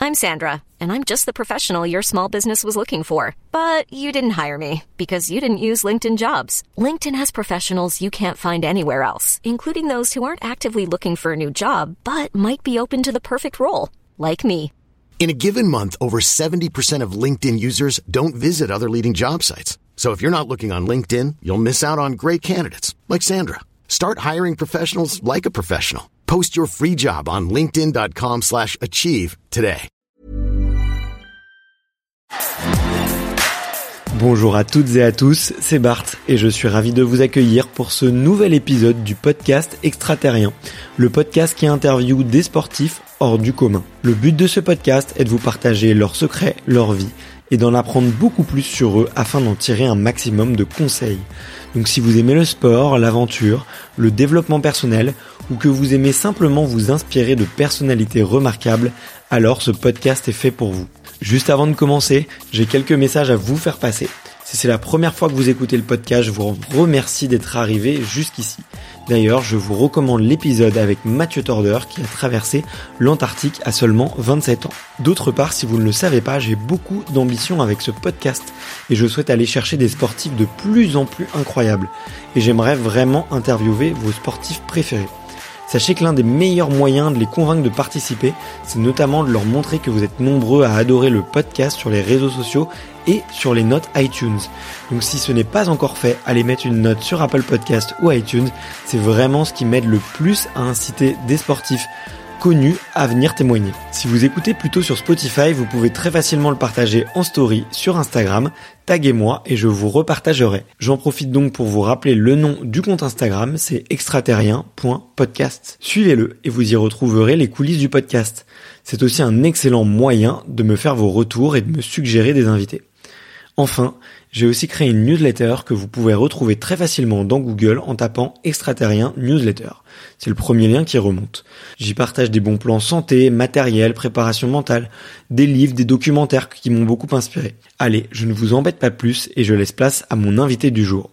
I'm Sandra, and I'm just the professional your small business was looking for. But you didn't hire me because you didn't use LinkedIn Jobs. LinkedIn has professionals you can't find anywhere else, including those who aren't actively looking for a new job, but might be open to the perfect role, like me. In a given month, over 70% of LinkedIn users don't visit other leading job sites. So if you're not looking on LinkedIn, you'll miss out on great candidates like Sandra. Start hiring professionals like a professional. Post your free job on linkedin.com/achieve today. Bonjour à toutes et à tous, c'est Bart et je suis ravi de vous accueillir pour ce nouvel épisode du podcast Extraterrien, le podcast qui interviewe des sportifs hors du commun. Le but de ce podcast est de vous partager leurs secrets, leur vie et d'en apprendre beaucoup plus sur eux afin d'en tirer un maximum de conseils. Donc si vous aimez le sport, l'aventure, le développement personnel ou que vous aimez simplement vous inspirer de personnalités remarquables, alors ce podcast est fait pour vous. Juste avant de commencer, j'ai quelques messages à vous faire passer. Si c'est la première fois que vous écoutez le podcast, je vous remercie d'être arrivé jusqu'ici. D'ailleurs, je vous recommande l'épisode avec Mathieu Torder qui a traversé l'Antarctique à seulement 27 ans. D'autre part, si vous ne le savez pas, j'ai beaucoup d'ambition avec ce podcast et je souhaite aller chercher des sportifs de plus en plus incroyables. Et j'aimerais vraiment interviewer vos sportifs préférés. Sachez que l'un des meilleurs moyens de les convaincre de participer, c'est notamment de leur montrer que vous êtes nombreux à adorer le podcast sur les réseaux sociaux et sur les notes iTunes. Donc si ce n'est pas encore fait, allez mettre une note sur Apple Podcast ou iTunes. C'est vraiment ce qui m'aide le plus à inciter des sportifs connus à venir témoigner. Si vous écoutez plutôt sur Spotify, vous pouvez très facilement le partager en story sur Instagram, taguez-moi et je vous repartagerai. J'en profite donc pour vous rappeler le nom du compte Instagram, c'est extraterrien.podcast. Suivez-le et vous y retrouverez les coulisses du podcast. C'est aussi un excellent moyen de me faire vos retours et de me suggérer des invités. Enfin, j'ai aussi créé une newsletter que vous pouvez retrouver très facilement dans Google en tapant Extraterrien Newsletter. C'est le premier lien qui remonte. J'y partage des bons plans santé, matériel, préparation mentale, des livres, des documentaires qui m'ont beaucoup inspiré. Allez, je ne vous embête pas plus et je laisse place à mon invité du jour.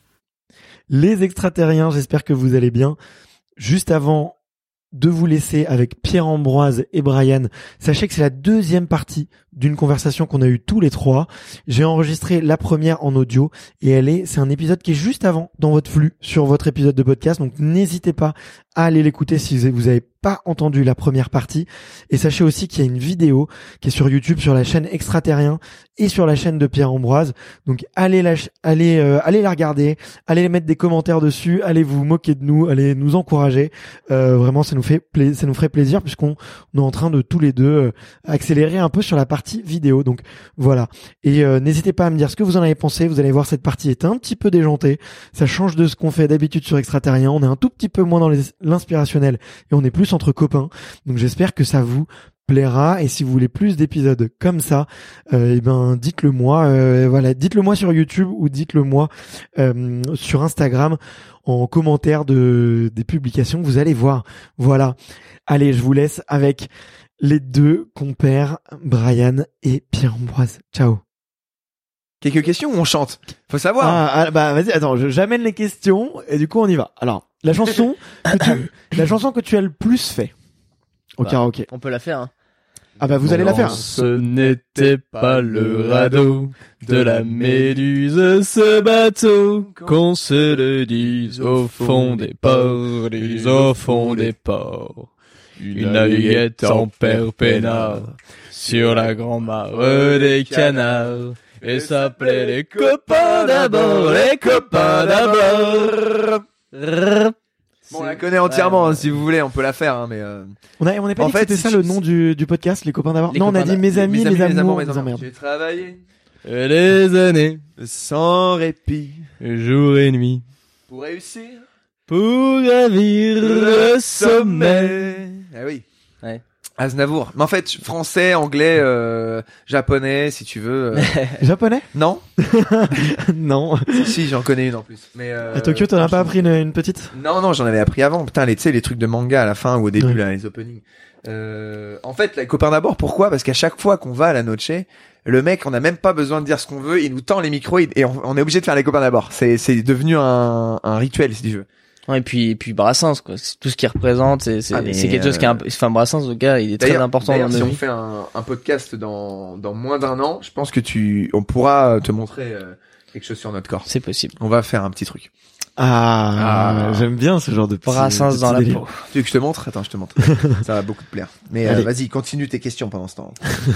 Les extraterriens, j'espère que vous allez bien. Juste avant de vous laisser avec Pierre-Ambroise et Brian, sachez que c'est la deuxième partie d'une conversation qu'on a eue tous les trois. J'ai enregistré la première en audio et c'est un épisode qui est juste avant dans votre flux sur votre épisode de podcast. Donc n'hésitez pas à aller l'écouter si vous avez pas entendu la première partie. Et sachez aussi qu'il y a une vidéo qui est sur YouTube sur la chaîne Extraterrien et sur la chaîne de Pierre-Ambroise. Donc allez la regarder, allez mettre des commentaires dessus, allez vous moquer de nous, allez nous encourager. Vraiment ça nous ferait plaisir puisqu'on est en train de tous les deux accélérer un peu sur la partie vidéo. Donc voilà. Et n'hésitez pas à me dire ce que vous en avez pensé. Vous allez voir, cette partie est un petit peu déjantée. Ça change de ce qu'on fait d'habitude sur Extraterrien. On est un tout petit peu moins dans l'inspirationnel et on est plus entre copains. Donc j'espère que ça vous plaira, et si vous voulez plus d'épisodes comme ça, dites-le moi. Dites-le moi sur YouTube ou dites-le moi sur Instagram en commentaire des publications que vous allez voir. Voilà. Allez, je vous laisse avec les deux compères, Brian et Pierre-Ambroise. Ciao. Quelques questions ou on chante? Faut savoir. Vas-y, attends, j'amène les questions et du coup on y va. Alors, la chanson que tu as le plus fait au karaoké. On peut la faire, hein. Ah bah vous allez la faire. Ce n'était pas le radeau de la Méduse, ce bateau, qu'on se le dise au fond des ports, au fond des ports. Une naguette en père peinard sur la grand-mare des canards, et s'appelait les copains d'abord, les copains d'abord. Bon, on la connaît entièrement, hein, si vous voulez, on peut la faire, hein, mais on n'est pas dit que c'était ça le nom du podcast, les copains d'abord. Non, on a dit mes amis, les amours, mes emmerdes. J'ai travaillé les années sans répit, jour et nuit, pour réussir, pour gravir le sommet. Ah oui. Ouais. Aznavour. Mais en fait, français, anglais, japonais, si tu veux. Japonais? Non. Non. Si, j'en connais une en plus. Mais à Tokyo, t'en as pas appris une petite? Non, j'en avais appris avant. Putain, tu sais, les trucs de manga à la fin ou au début, là, les openings. En fait, les copains d'abord, pourquoi? Parce qu'à chaque fois qu'on va à la Noche, le mec, on n'a même pas besoin de dire ce qu'on veut, il nous tend les micros et on est obligé de faire les copains d'abord. C'est devenu un rituel, si tu veux. Ouais, et puis Brassens, quoi. C'est tout ce qu'il représente, c'est quelque chose qui est enfin, Brassens, le gars, il est très important dans si nos on vies. fait un podcast dans moins d'1 an, je pense que on pourra te montrer quelque chose sur notre corps. C'est possible. On va faire un petit truc. J'aime bien ce genre de petit Brassens dans la délire. peau. Tu veux que je te montre? Attends, je te montre. Ça va beaucoup te plaire. Mais Allez. vas-y, continue tes questions pendant ce temps.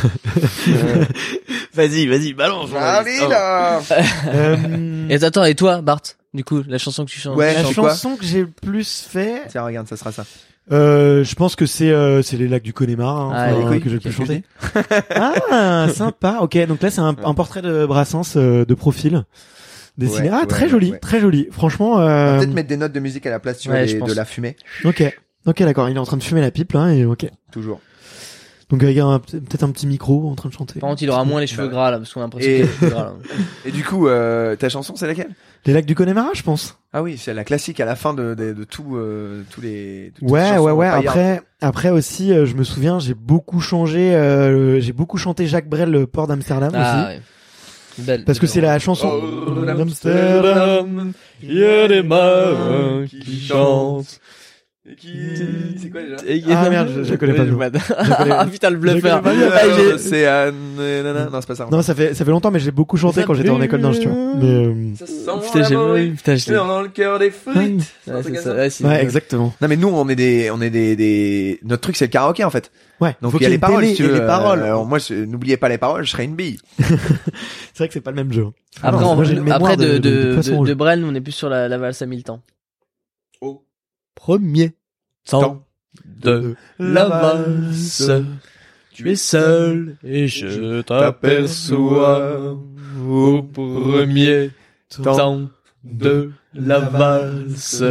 Vas-y, balance. Allez là. Et attends, et toi, Bart? Du coup, la chanson que tu chantes. Ouais, La c'est quoi chanson que j'ai le plus fait, Tiens, regarde, ça sera ça. je pense que c'est les lacs du Connemara Ah, que j'ai le plus chanté. Ah, sympa. Ok, donc là c'est un portrait de Brassens de profil dessiné. Ouais, Très ouais, joli, ouais. très joli. Franchement. On va peut-être mettre des notes de musique à la place, tu vois, Ouais, je pense. de la fumée. Ok, d'accord. Il est en train de fumer la pipe là et ok. Toujours. Donc avec peut-être un petit micro en train de chanter. Par contre, il aura moins les cheveux gras, là, parce qu'on a l'impression Et- qu'il a les cheveux gras, là. Et du coup, ta chanson, c'est laquelle? Les lacs du Connemara, je pense. Ah oui, c'est la classique à la fin de tout, tous les. toutes les Ouais. chansons Paillard. Après aussi, je me souviens, j'ai beaucoup chanté Jacques Brel, le port d'Amsterdam Ah, aussi. ouais. Belle. Parce que c'est la chanson Oh, d'Amsterdam. il y a des marins qui chantent. Et qui... C'est quoi déjà? Ah merde, je connais pas le nom. Ah putain, le bluffeur. Je connais pas. Ah, j'ai- Océane, nanana. Non, c'est pas ça. Non, ça fait longtemps, mais j'ai beaucoup chanté quand j'étais en école d'ingé, tu vois. Mais Ça sent Putain, j'ai l'amour, putain, je l'ai. dans le cœur des frites. Ouais, c'est ça. Ouais, si. ouais, exactement. Non, mais nous, on est des, notre truc, c'est le karaoké, en fait. Ouais. Donc, faut il y a qu'il les une paroles, télé si tu et veux. les paroles. Moi, n'oubliez pas les paroles, je serai une bille. C'est vrai que c'est pas le même jeu. Après, Ah non, moi, j'ai une mémoire après de poisson rouge. de Brel, on est plus sur la valse à 1000 temps. Oh. Premier temps Temps de la valse. Tu es seul et je t'aperçois au premier temps de la valse.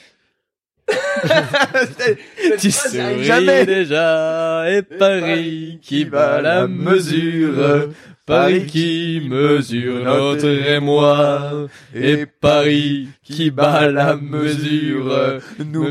Tu souris Jamais. déjà et Paris qui bat la mesure. Paris qui mesure notre émoi. Et Paris qui bat la mesure. Nous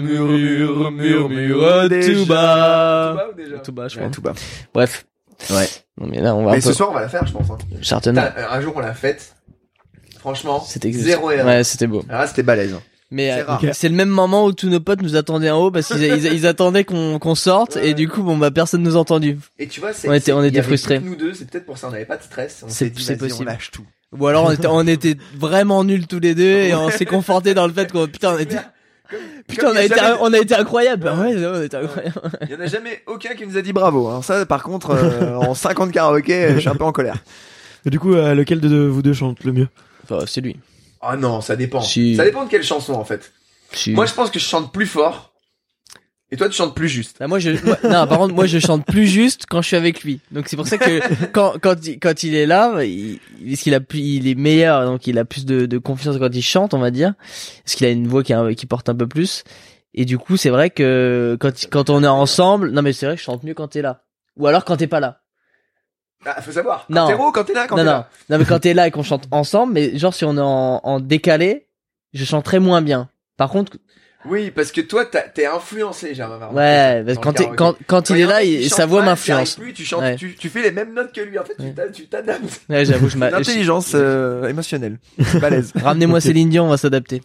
murmure tout bas. ou déjà? Tout bas, je Ouais, crois. tout bas. Bref. Ouais. Non, mais là, on va Mais un ce peu... soir, on va la faire, je pense. Hein. Certainement. Putain, un jour, on l'a faite. Franchement, C'était zéro erreur. Ouais, c'était beau. Ah, c'était balèze. Mais C'est rare. Ok. c'est le même moment où tous nos potes nous attendaient en haut parce qu'ils ils attendaient qu'on sorte Ouais. et du coup bon bah personne nous a entendu. Et tu vois, On était il y avait frustrés. que nous deux, c'est peut-être pour ça, on n'avait pas de stress. On C'est- s'est dit, c'est vas-y, possible. on lâche tout. Ou alors on était vraiment nuls tous les deux et on s'est conforté dans le fait qu'on putain on était putain Comme il y on a été incroyable. Ouais. Ouais, on a été incroyable. Il y en a jamais aucun qui nous a dit bravo. Hein. Ça, par contre, en 50 karaokés, je suis un peu en colère. Et du coup, lequel de vous deux chante le mieux? Enfin, c'est lui. Ah non, ça dépend. Si. Ça dépend de quelle chanson, en fait. Si. Moi, je pense que je chante plus fort. Et toi, tu chantes plus juste. Bah, non, par contre, moi, je chante plus juste quand je suis avec lui. Donc, c'est pour ça que quand il est là, parce qu'il il est meilleur, donc il a plus de confiance quand il chante, on va dire. Parce qu'il a une voix qui porte un peu plus. Et du coup, c'est vrai que quand on est ensemble, non, mais c'est vrai que je chante mieux quand t'es là. Ou alors quand t'es pas là. Ah, faut savoir. Non. Quand t'es raw, quand t'es là, quand Non, t'es non. là. Non, mais quand t'es là et qu'on chante ensemble, mais genre si on est en décalé, je chanterai moins bien. Par contre, Oui, parce que toi, t'es influencé, j'ai remarqué. ouais, parce Dans que le karaoké. quand il y est en a là, qui sa chantent voix mal, m'influence. t'y arrives plus, tu chantes, Ouais. tu fais les mêmes notes que lui. En fait, Ouais. tu t'adaptes. Ouais, j'avoue, L'intelligence émotionnelle. Balèze. Ramenez-moi Céline Dion, on va s'adapter.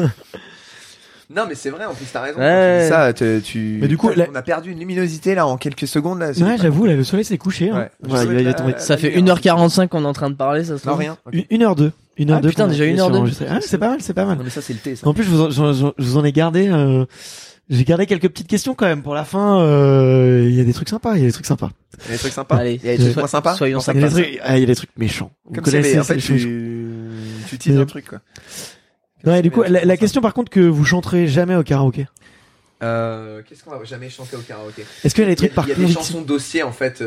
Non, mais c'est vrai, en plus, t'as raison. Ouais. Quand tu dis ça, Mais du coup, on a perdu une luminosité, là, en quelques secondes, là. Ouais, j'avoue, là, le soleil s'est couché. Hein. Ouais. Voilà, Je il est souhaite tombé. la- Ça fait lumière. 1h45 qu'on est en train de parler, ça se Non, trouve. rien. Ok. 1h02. 1h02. Ah, putain, déjà 1h02. C'est pas mal, c'est pas mal. Non, mais ça, c'est le thé, ça. En plus, je vous en ai gardé. J'ai gardé quelques petites questions quand même pour la fin. Il y a des trucs sympas. Il y a des trucs sympas. Il y a des trucs sympas. Allez, Il y a des trucs moins sympas. soyons Il y a sympas. des trucs, il y a des trucs méchants. Vous Comme connaissez CV, en ces fait, choses. tu teases un truc, quoi. Ouais, du coup, la question par contre que vous chanterez jamais au karaoké. Qu'est-ce qu'on va jamais chanter au karaoké? Est-ce qu'il y a des trucs par Il y a des conviction? chansons dossiers, en fait,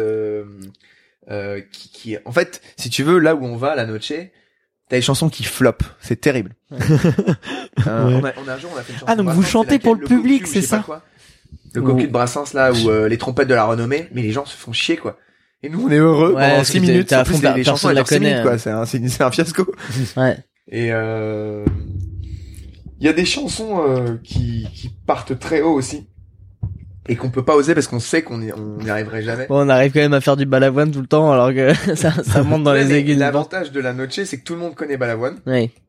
en fait, si tu veux, là où on va, la noche, t'as des chansons qui flopent. C'est terrible. Ouais. On a un jour, on a fait une chanson. Ah, donc de vous Brassens, chantez c'est pour le laquelle, public, cocu, c'est je sais pas ça? quoi. Le cocu de Brassens, là, où les trompettes de la renommée, mais les gens se font chier, quoi. Et nous, on est heureux Ouais, pendant parce 6 que minutes. t'es à En plus, fond, les chansons, personne elles la durent 6 minutes, connaît, quoi. hein. C'est un fiasco. Ouais. Et il y a des chansons qui partent très haut aussi et qu'on peut pas oser parce qu'on sait qu'on n'y arriverait jamais. Bon, on arrive quand même à faire du balavoine tout le temps, alors que ça monte dans Ouais, les mais aigus. l'avantage de la noche, c'est que tout le monde connaît Balavoine Ouais.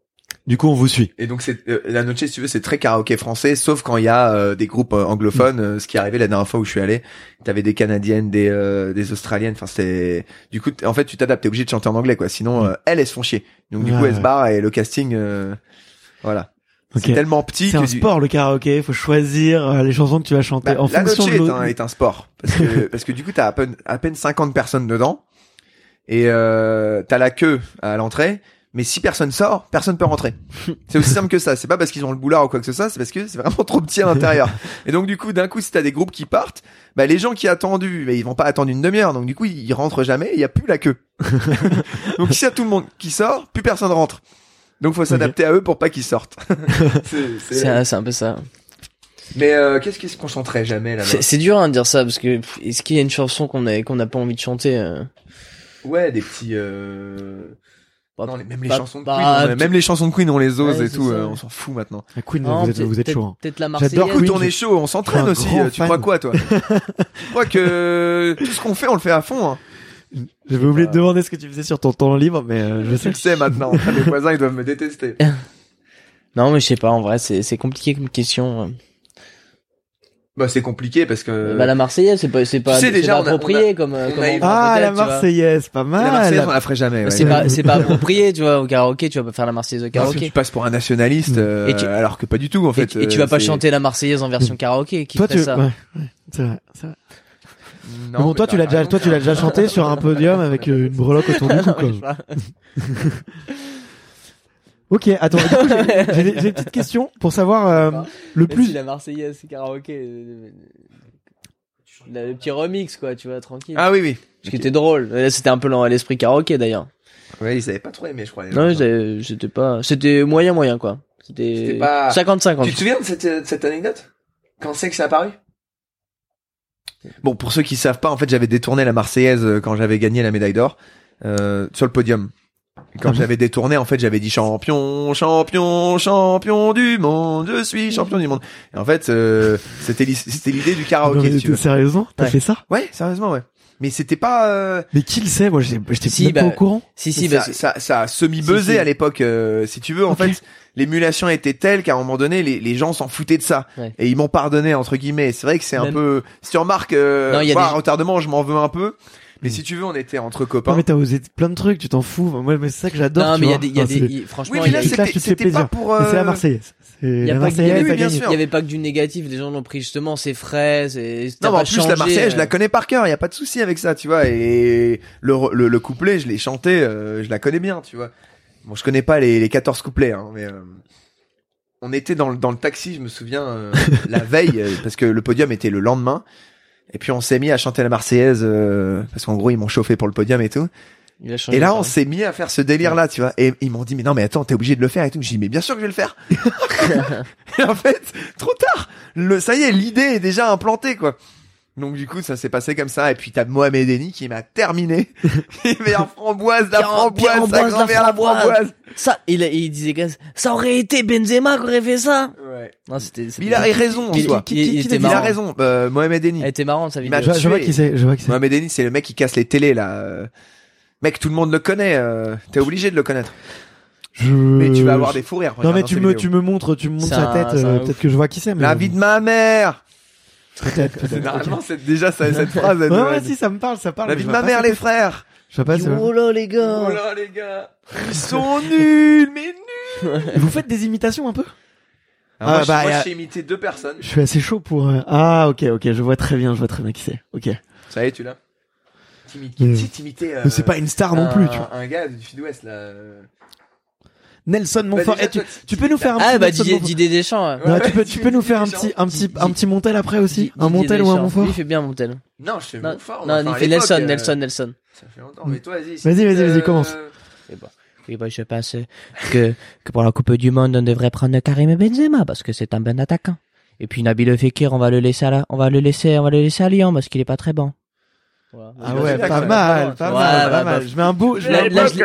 Du coup, on vous suit. Et donc la noche, si tu veux, c'est très karaoké français, sauf quand il y a des groupes anglophones. Ce qui est arrivé la dernière fois où je suis allé, t'avais des Canadiennes, des Australiennes. Enfin, c'était du coup, en fait, tu t'adaptes, t'es obligé de chanter en anglais, quoi. Sinon, elles se font chier. Donc du coup, elles se barrent et le casting, voilà. Ok. C'est tellement petit. C'est que un sport le karaoké. Faut choisir les chansons que tu vas chanter en la fonction noche est un sport parce que du coup, t'as à peine 50 personnes dedans et t'as la queue à l'entrée. Mais si personne sort, personne peut rentrer. C'est aussi simple que ça. C'est pas parce qu'ils ont le boulard ou quoi que ce soit, c'est parce que c'est vraiment trop petit à l'intérieur. Et donc du coup, si t'as des groupes qui partent, bah les gens qui attendent, ils vont pas attendre une demi-heure. Donc du coup, ils rentrent jamais. Il y a plus la queue. Donc si y a tout le monde qui sort, plus personne rentre. Donc faut s'adapter à eux pour pas qu'ils sortent. C'est un peu ça. Mais qu'est-ce qu'on chanterait jamais là-bas? C'est dur à dire ça parce que est-ce qu'il y a une chanson qu'on n'a pas envie de chanter Ouais, des petits. Non, même les chansons de Queen, même les chansons de Queen, on les ose ouais, et tout. ça. On s'en fout maintenant. La Queen, Non, vous êtes chaud. Hein. Peut-être la Marseillaise. J'adore Queen. Écoute, on est chaud, on s'entraîne aussi. Tu crois quoi, toi? Je crois que tout ce qu'on fait, on le fait à fond. Hein. J'avais oublié de demander ce que tu faisais sur ton temps libre, mais je sais. Tu le sais maintenant. Mes voisins, ils doivent me détester. Non, mais je sais pas. En vrai, c'est compliqué comme question. Bah c'est compliqué parce que la Marseillaise c'est pas tu sais, déjà, pas approprié comme la Marseillaise, pas mal. La Marseillaise, on la ferait jamais. Ouais. C'est pas approprié, tu vois, au karaoké, tu vas pas faire la Marseillaise au karaoké. Tu passes pour un nationaliste alors que pas du tout en fait. Et tu vas pas chanter la Marseillaise en version karaoké, qui ferait ça? Ouais, c'est vrai. Non, bon, toi tu l'as déjà chanté sur un podium avec une breloque autour du cou, quoi. Ok, attends, du coup, j'ai une petite question pour savoir le plus. Si la Marseillaise, c'est karaoké. Le petit remix, quoi, tu vois, tranquille. Ah oui. Ce qui était drôle. C'était un peu l'esprit karaoké, d'ailleurs. Ouais, ils avaient pas trop aimé, je crois. Non, c'était moyen, quoi. C'était pas 50-50. Tu te souviens de cette anecdote? Quand c'est que ça a apparu? Bon, pour ceux qui savent pas, en fait, j'avais détourné la Marseillaise quand j'avais gagné la médaille d'or, sur le podium. Et quand j'avais détourné, en fait, j'avais dit champion du monde, je suis champion du monde. Et en fait, c'était l'idée du karaoké. Non, mais sérieusement, t'as fait ça? Ouais, sérieusement, ouais. Mais c'était pas. Mais qui le sait? Moi, j'étais pas au courant. Si, ça a semi-buzzé à l'époque. Si tu veux, en fait, l'émulation était telle qu'à un moment donné, les gens s'en foutaient de ça. Ouais. Et ils m'ont pardonné entre guillemets. C'est vrai que c'est un peu. Si tu remarques, retardement, je m'en veux un peu. Mais si tu veux, on était entre copains. Non, mais t'as osé plein de trucs, tu t'en fous. Moi, mais c'est ça que j'adore. Non, mais franchement, oui, mais là, c'était pas pour. C'est la Marseillaise. Il y avait pas que du négatif. Les gens l'ont pris justement, c'est frais, non, mais en plus, la Marseillaise, je la connais par cœur. Il y a pas de souci avec ça, tu vois. Et le couplet, je l'ai chanté, je la connais bien, tu vois. Bon, je connais pas les 14 couplets, hein, mais on était dans le taxi, je me souviens, la veille, parce que le podium était le lendemain. Et puis on s'est mis à chanter la Marseillaise parce qu'en gros ils m'ont chauffé pour le podium et tout. Et là on s'est mis à faire ce délire là, tu vois. Et ils m'ont dit mais non mais attends, t'es obligé de le faire et tout. J'ai dit mais bien sûr que je vais le faire. Et en fait, trop tard. Ça y est, l'idée est déjà implantée quoi. Donc du coup ça s'est passé comme ça. Et puis t'as Mohamed Eni qui m'a terminé. Il met la framboise, sa grand-mère la framboise. Ça, il disait que ça aurait été Benzema qui aurait fait ça. Ouais. Non, c'était. Il a raison en soi. Il a raison. Mohamed Eni. Elle était marrante sa vidéo. Je vois qui c'est. Mohamed Eni, c'est le mec qui casse les télés là. Mec, tout le monde le connaît. T'es obligé de le connaître. Mais tu vas avoir des fous rires. Non mais tu me montres sa tête. Peut-être que je vois qui c'est. La vie de ma mère. Peut-être. Généralement, c'est déjà cette phrase. Ouais, si, ça me parle, ça parle. La vie de ma mère, les frères. Je sais pas. Oh là, les gars. Ils sont nuls, mais nuls. Vous faites des imitations un peu? Moi, j'ai imité 2 personnes. Je suis assez chaud pour. Ok, je vois très bien qui c'est. Ok. Ça y est, tu l'as. T'imitais. C'est pas une star non plus, tu vois. Un gars du Sud-Ouest là. Nelson Montfort. Tu peux nous faire un petit Didier Deschamps. Non, tu peux nous faire un petit Montel après aussi, un Montel ou un Montfort. Lui il fait bien Montel. Non, je fais Montfort. Non, il fait Nelson. Ça fait longtemps, mais toi vas-y, commence. Oui, je pense que pour la Coupe du Monde, on devrait prendre Karim Benzema parce que c'est un bon attaquant. Et puis Nabil Fekir, on va le laisser à Lyon parce qu'il est pas très bon. Voilà. Ah ouais, pas mal. Je mets un beau. Je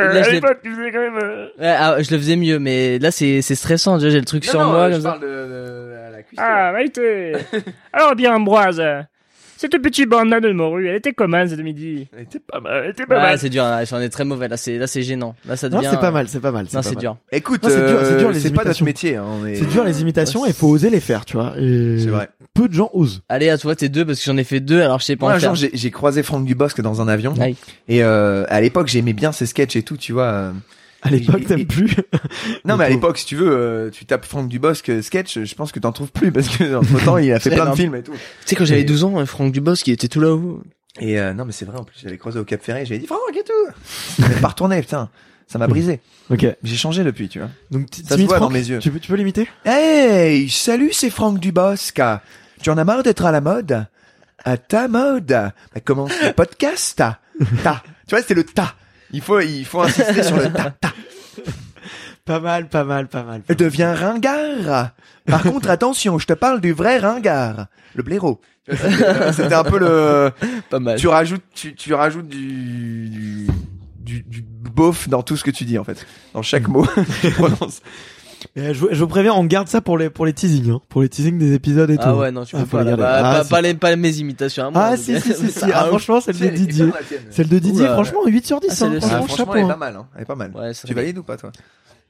le faisais mieux, mais là c'est stressant. Déjà j'ai le truc sur moi. Je parle de la cuisine. Ah Maïté. Alors bien Ambroise, Cette petite bande-là de morue, elle était comment cet midi? Elle était pas mal. C'est dur, là, j'en ai très mauvais, là, c'est gênant. Là, ça devient... Non, c'est pas mal. Non, c'est dur. Écoute, Non, c'est dur, les c'est pas notre imitations. métier. Hein, C'est dur les imitations et faut oser les faire, tu vois. Et C'est vrai. Peu de gens osent. Allez, à toi, t'es 2, parce que j'en ai fait 2, alors je sais pas Moi, en un faire. jour, j'ai croisé Franck Dubosc dans un avion. Aïe. Et à l'époque, j'aimais bien ses sketchs et tout, tu vois. À l'époque, t'aimes plus. Non, mais à l'époque, si tu veux, tu tapes Franck Dubosc sketch, je pense que t'en trouves plus parce que entre temps, il a fait C'est plein de énorme. films et tout. Tu sais, quand j'avais 12 ans, Franck Dubosc, il était tout là-haut. Et non, mais c'est vrai, en plus, j'avais croisé au Cap Ferré, j'avais dit Franck et tout. Mais pas retourné, putain. Ça m'a brisé. Ok. J'ai changé depuis, tu vois. Donc, Ça se t'imites voit dans Franck. mes yeux. Tu peux l'imiter? Hey, salut, c'est Franck Dubosc. Tu en as marre d'être à la mode? À ta mode. Bah, commence le podcast. Ta. Tu vois, c'est le ta. Il faut insister sur le ta. Pas mal. Deviens ringard. Par contre, attention, je te parle du vrai ringard. Le blaireau. Tu vois, c'était un peu le... Pas mal. Tu rajoutes du beauf dans tout ce que tu dis, en fait. Dans chaque mot que tu prononces. Et je vous préviens, on garde ça pour les teasings, hein. Pour les teasings des épisodes et tout. Ah ouais, non, tu peux faut pas, les là. garder. Pas mes imitations à moi. Ah, donc, si. ça Ah, a- franchement, celle de Elle est Didier. bien, la tienne. Celle de Didier, Oula. franchement, 8 sur 10, Ah, c'est hein. le- Franchement, Franchement, chapeau. elle est hein. pas mal, hein. Elle est pas mal. Ouais, ça Tu va. valides ou pas, toi?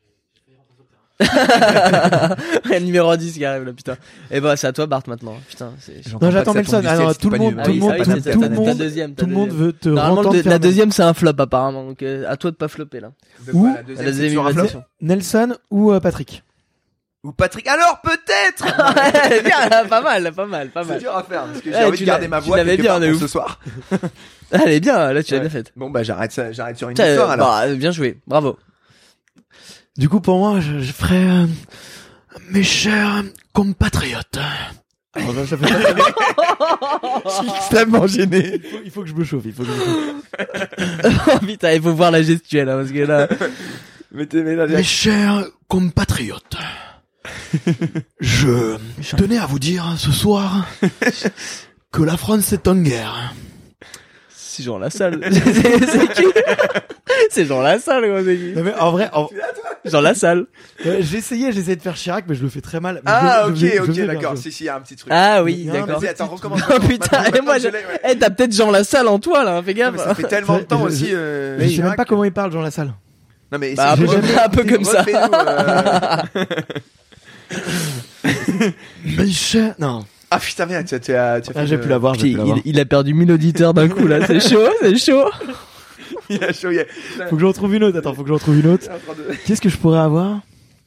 Le numéro 10 qui arrive là, putain. Et bah, c'est à toi, Bart, maintenant. Putain, c'est... Non, j'attends Nelson. Ah non, tout le monde, Ah oui, tout ta le deuxième. monde veut te Normalement, entendre faire la deuxième, c'est un flop, apparemment. Donc, à toi de pas flopper, là. Ou- La deuxième imitation. Nelson ou Patrick. Ou Patrick. Alors, peut-être! Ouais, bien, pas mal. C'est dur à faire, parce que j'ai Ouais, envie tu de garder l'as- ma tu voix l'avais quelque bien, part de pour ouf. ce soir. Elle est bien, là, tu l'as Ouais. bien faite. Bon, bah, j'arrête sur une Putain, histoire, alors. bah, bien joué. Bravo. Du coup, pour moi, je ferai mes chers compatriotes. Alors, ça fait Je suis extrêmement gêné. il faut que je me chauffe. Oh putain, il faut voir la gestuelle, hein, parce que là... Mes chers compatriotes, je tenais à vous dire ce soir que la France est en guerre. C'est Jean Lassalle. C'est qui? C'est Jean Lassalle, gros, c'est qui? Non mais en vrai, Jean Lassalle. j'ai essayé de faire Chirac, mais je le fais très mal. Mais Ah, je vais ok, faire d'accord. ça. Si, il y a un petit truc. Ah oui, Non, d'accord. Vas-y, attends, recommence. Oh putain, et moi, je l'ai, ouais. eh, t'as peut-être Jean Lassalle en toi, là, hein, fais Non, gaffe. mais ça fait tellement de temps Je- aussi, Je sais même pas comment il parle, Jean Lassalle. Non, mais Bah, J'ai un peu, jamais un peu écouté, comme ça. Mes chers... Non. Ah, putain, merde, tu as fait J'ai le- pu l'avoir, j'ai pu l'avoir. Il a perdu 1000 auditeurs d'un coup, là, c'est chaud. Il a chaud, il est Faut que j'en trouve une autre. Attends, faut que j'en trouve une autre. en train de... Qu'est-ce que je pourrais avoir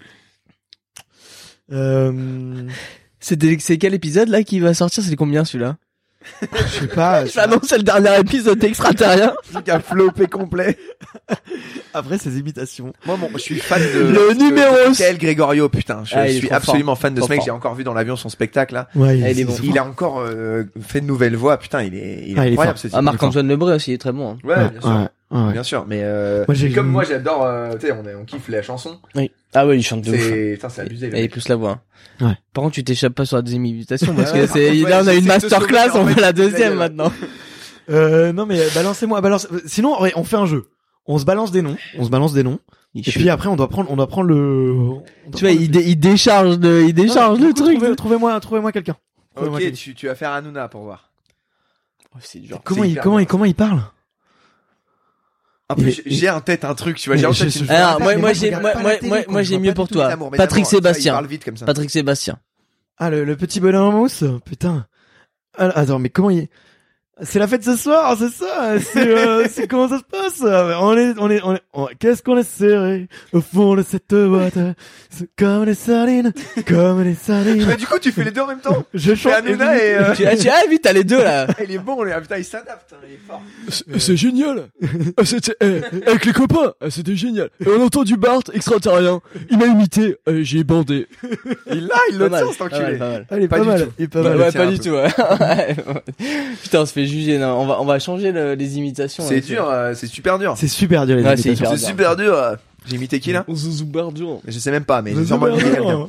C'est quel épisode, là, qui va sortir? C'est combien, celui-là? Je sais pas. Ah non, c'est le dernier épisode d'Extraterrien. truc à flopé complet. Après ces imitations. Moi, bon, je suis fan de... Le numéro... Quel Gregorio, putain. Je Ah, il est suis trop absolument fan de Trop ce mec. fort. J'ai encore vu dans l'avion son spectacle, là. Ouais, Ah, il est bon. Il a encore fait de nouvelles voix. Putain, il est Ah, il est incroyable, fort. ce type. Ah, Marc-Antoine Lebrun aussi, il est très bon. Hein. Ouais, bien sûr. Ouais. Bien sûr, mais j'ai- comme moi j'adore, tu sais, on kiffe la chanson. Oui. Ah ouais, il chante de ouf. Putain, c'est abusé. le Et mec. plus la voix. hein. Ouais. Par contre, tu t'échappes pas sur la deuxième imitation parce Ouais, que par contre, ouais, là, on a une j'essaie de te masterclass, sauver, on en fait fait, la la deuxième gueule. maintenant. Non mais balancez-moi, sinon on fait un jeu. On se balance des noms. Et puis après on doit prendre le. Tu vois, il décharge le truc. Trouvez-moi quelqu'un. Ok, tu vas faire Hanouna pour voir. Oh, c'est dur. Comment C'est il parle? En plus, j'ai en tête un truc, tu vois, j'ai en tête une Alors, Mais moi, je j'ai, regarde pas la télé, moi, j'ai je vois mieux pas pour du tout toi. Mes amours, Patrick il Sébastien. parle vite comme ça. Patrick Sébastien. Ah le petit bonhomme en mousse, putain. Ah, attends, mais comment il... C'est la fête ce soir, c'est ça. C'est comment ça se passe? Qu'est-ce qu'on est serré au fond de cette boîte? C'est comme des sardines, Mais du coup, tu fais les deux en même temps. Je Fais chante Hanouna et Tu as vu, t'as les deux, là. il est bon, lui. Ah, putain, il s'adapte, il est fort. C'est génial. Avec les copains, c'était génial. Et on a entendu Bart, extraterrien. Il m'a imité, j'ai bandé. Il Pas le mal, tient, cet pas enculé. mal, pas mal. Ah, il est Pas pas du mal, tout. il est pas Ouais, mal. tiens, pas un du peu. tout, ouais. Putain, on se fait juger, non. On va changer les imitations. C'est là, dur, c'est super dur. C'est super dur les Ouais, c'est imitations. hyper C'est super dur. J'ai imité qui, là? Zoubardion. Je sais même pas, mais j'ai C'est sûrement super imité dur.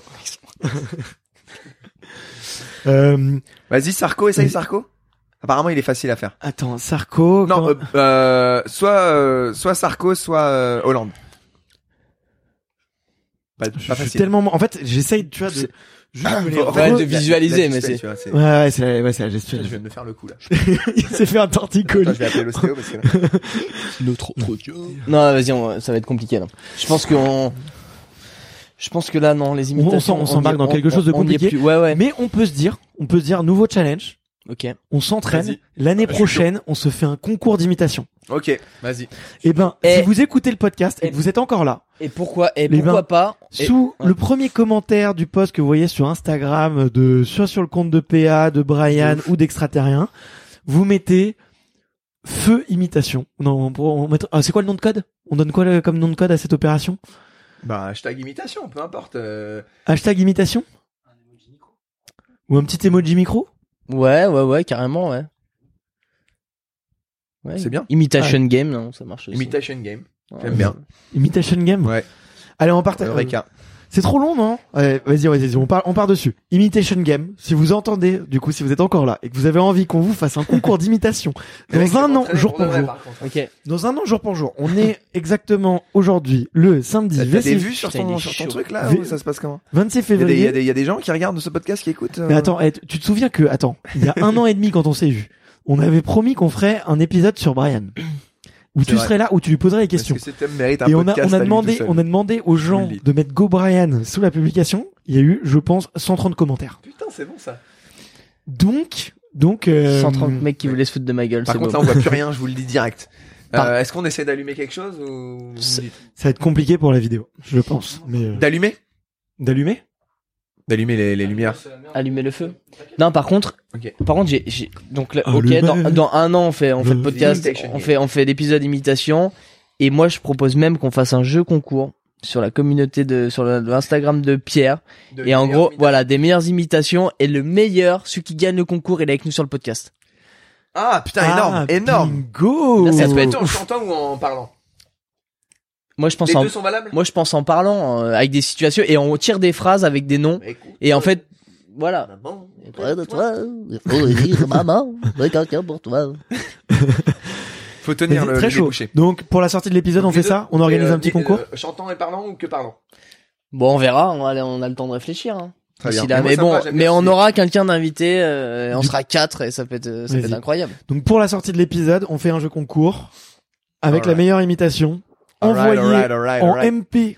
quelqu'un. Vas-y, Sarko, essaye Sarko. Apparemment, il est facile à faire. Attends, Sarko. Non, comment- soit Sarko, soit Hollande. Pas Je suis facile. tellement, en fait, j'essaye, tu vois, de, juste me les En fait, Ouais, re- de visualiser, mais gestuelle, c'est- tu vois, c'est... Ouais, c'est la Je gestuelle. viens de me faire le coup, là. Il s'est fait un Attends, torticolis. je vais appeler l'ostéo parce que... Notre audio. Non, vas-y, ça va être compliqué là. Je pense que là, non, les imitations. on s'embarque dans quelque chose de on y est compliqué. plus. Ouais, ouais. Mais on peut se dire, nouveau challenge. Ok. On s'entraîne. Vas-y. L'année je suis prochaine, on se fait un concours d'imitation. Ok, vas-y. Eh ben, Et- si vous écoutez le podcast et que vous êtes encore là, Et pourquoi Les bains. pas sous ouais. le premier commentaire du post que vous voyez sur Instagram, soit sur le compte de PA, de Brian ou d'Extraterrien, vous mettez feu imitation. Non, on mettre, c'est quoi le nom de code? On donne quoi comme nom de code à cette opération? Bah, hashtag imitation, peu importe. Hashtag imitation? Ou un petit emoji micro? Ouais, carrément, ouais. Ouais. C'est bien. Imitation game, non, ça marche aussi. Imitation game. Ouais. J'aime bien. Imitation game? Ouais. Allez, on partage. Eureka. C'est trop long, non? Ouais, vas-y, on part dessus. Imitation game. Si vous entendez, du coup, si vous êtes encore là et que vous avez envie qu'on vous fasse un concours d'imitation dans un an, jour pour jour. Ok. Dans un an, jour pour jour. On est exactement aujourd'hui, le samedi T'as des 26, vues sur Putain, il ton, est sur ton chaud. truc là V- ou ça se passe comment 26 Il y a février. des gens qui regardent ce podcast qui écoutent. Mais attends, tu te souviens que, il y a un an et demi quand on s'est vu, on avait promis qu'on ferait un épisode sur Brian. Où tu vrai. serais là, où tu lui poserais les Parce questions. que ce thème mérite un Et on a podcast à lui demandé, tout seul. on a demandé aux gens Je le dis. de mettre Go Brian sous la publication. Il y a eu, je pense, 130 commentaires. Putain, c'est bon ça. Donc, 130 mecs qui voulaient se foutre de ma gueule, Par c'est contre, beau. là, on voit plus rien, je vous le dis direct. Par- Est-ce qu'on essaie d'allumer quelque chose ou C'est- ça va être compliqué pour la vidéo, je pense. Mais, d'allumer d'allumer? D'allumer les lumières. Allumer le feu. Non, par contre, Ok. donc là, Allumer. ok, dans un an, on fait le Le podcast, imitation on fait l'épisode imitation, et moi, je propose même qu'on fasse un jeu concours sur la communauté sur l'Instagram de Pierre. Et en gros, voilà, des meilleures imitations, et le meilleur, celui qui gagne le concours, il est avec nous sur le podcast. Ah putain, énorme. Bingo! Là, ça peut Attends, en chantant ou en parlant Moi, je pense Les en, deux sont valables moi, je pense en parlant, avec des situations, et on tire des phrases avec des noms, Écoute, et en fait, voilà. maman, Près de toi, il faut dire maman, c'est quelqu'un pour toi. faut tenir Vas-y, le très chaud. débouché. Donc, pour la sortie de l'épisode, on fait ça? On organise un petit concours? Chantant et parlant ou que parlant Bon, on verra, on a le temps de réfléchir, hein. Très D'ici bien. là. Mais Mais moi, ça bon, me va, j'aime mais bien on aussi. aura quelqu'un d'invité, et on Du- sera 4 et ça peut être Vas-y. incroyable. Donc, pour la sortie de l'épisode, on fait un jeu concours avec la Alright. meilleure imitation envoyée en MP.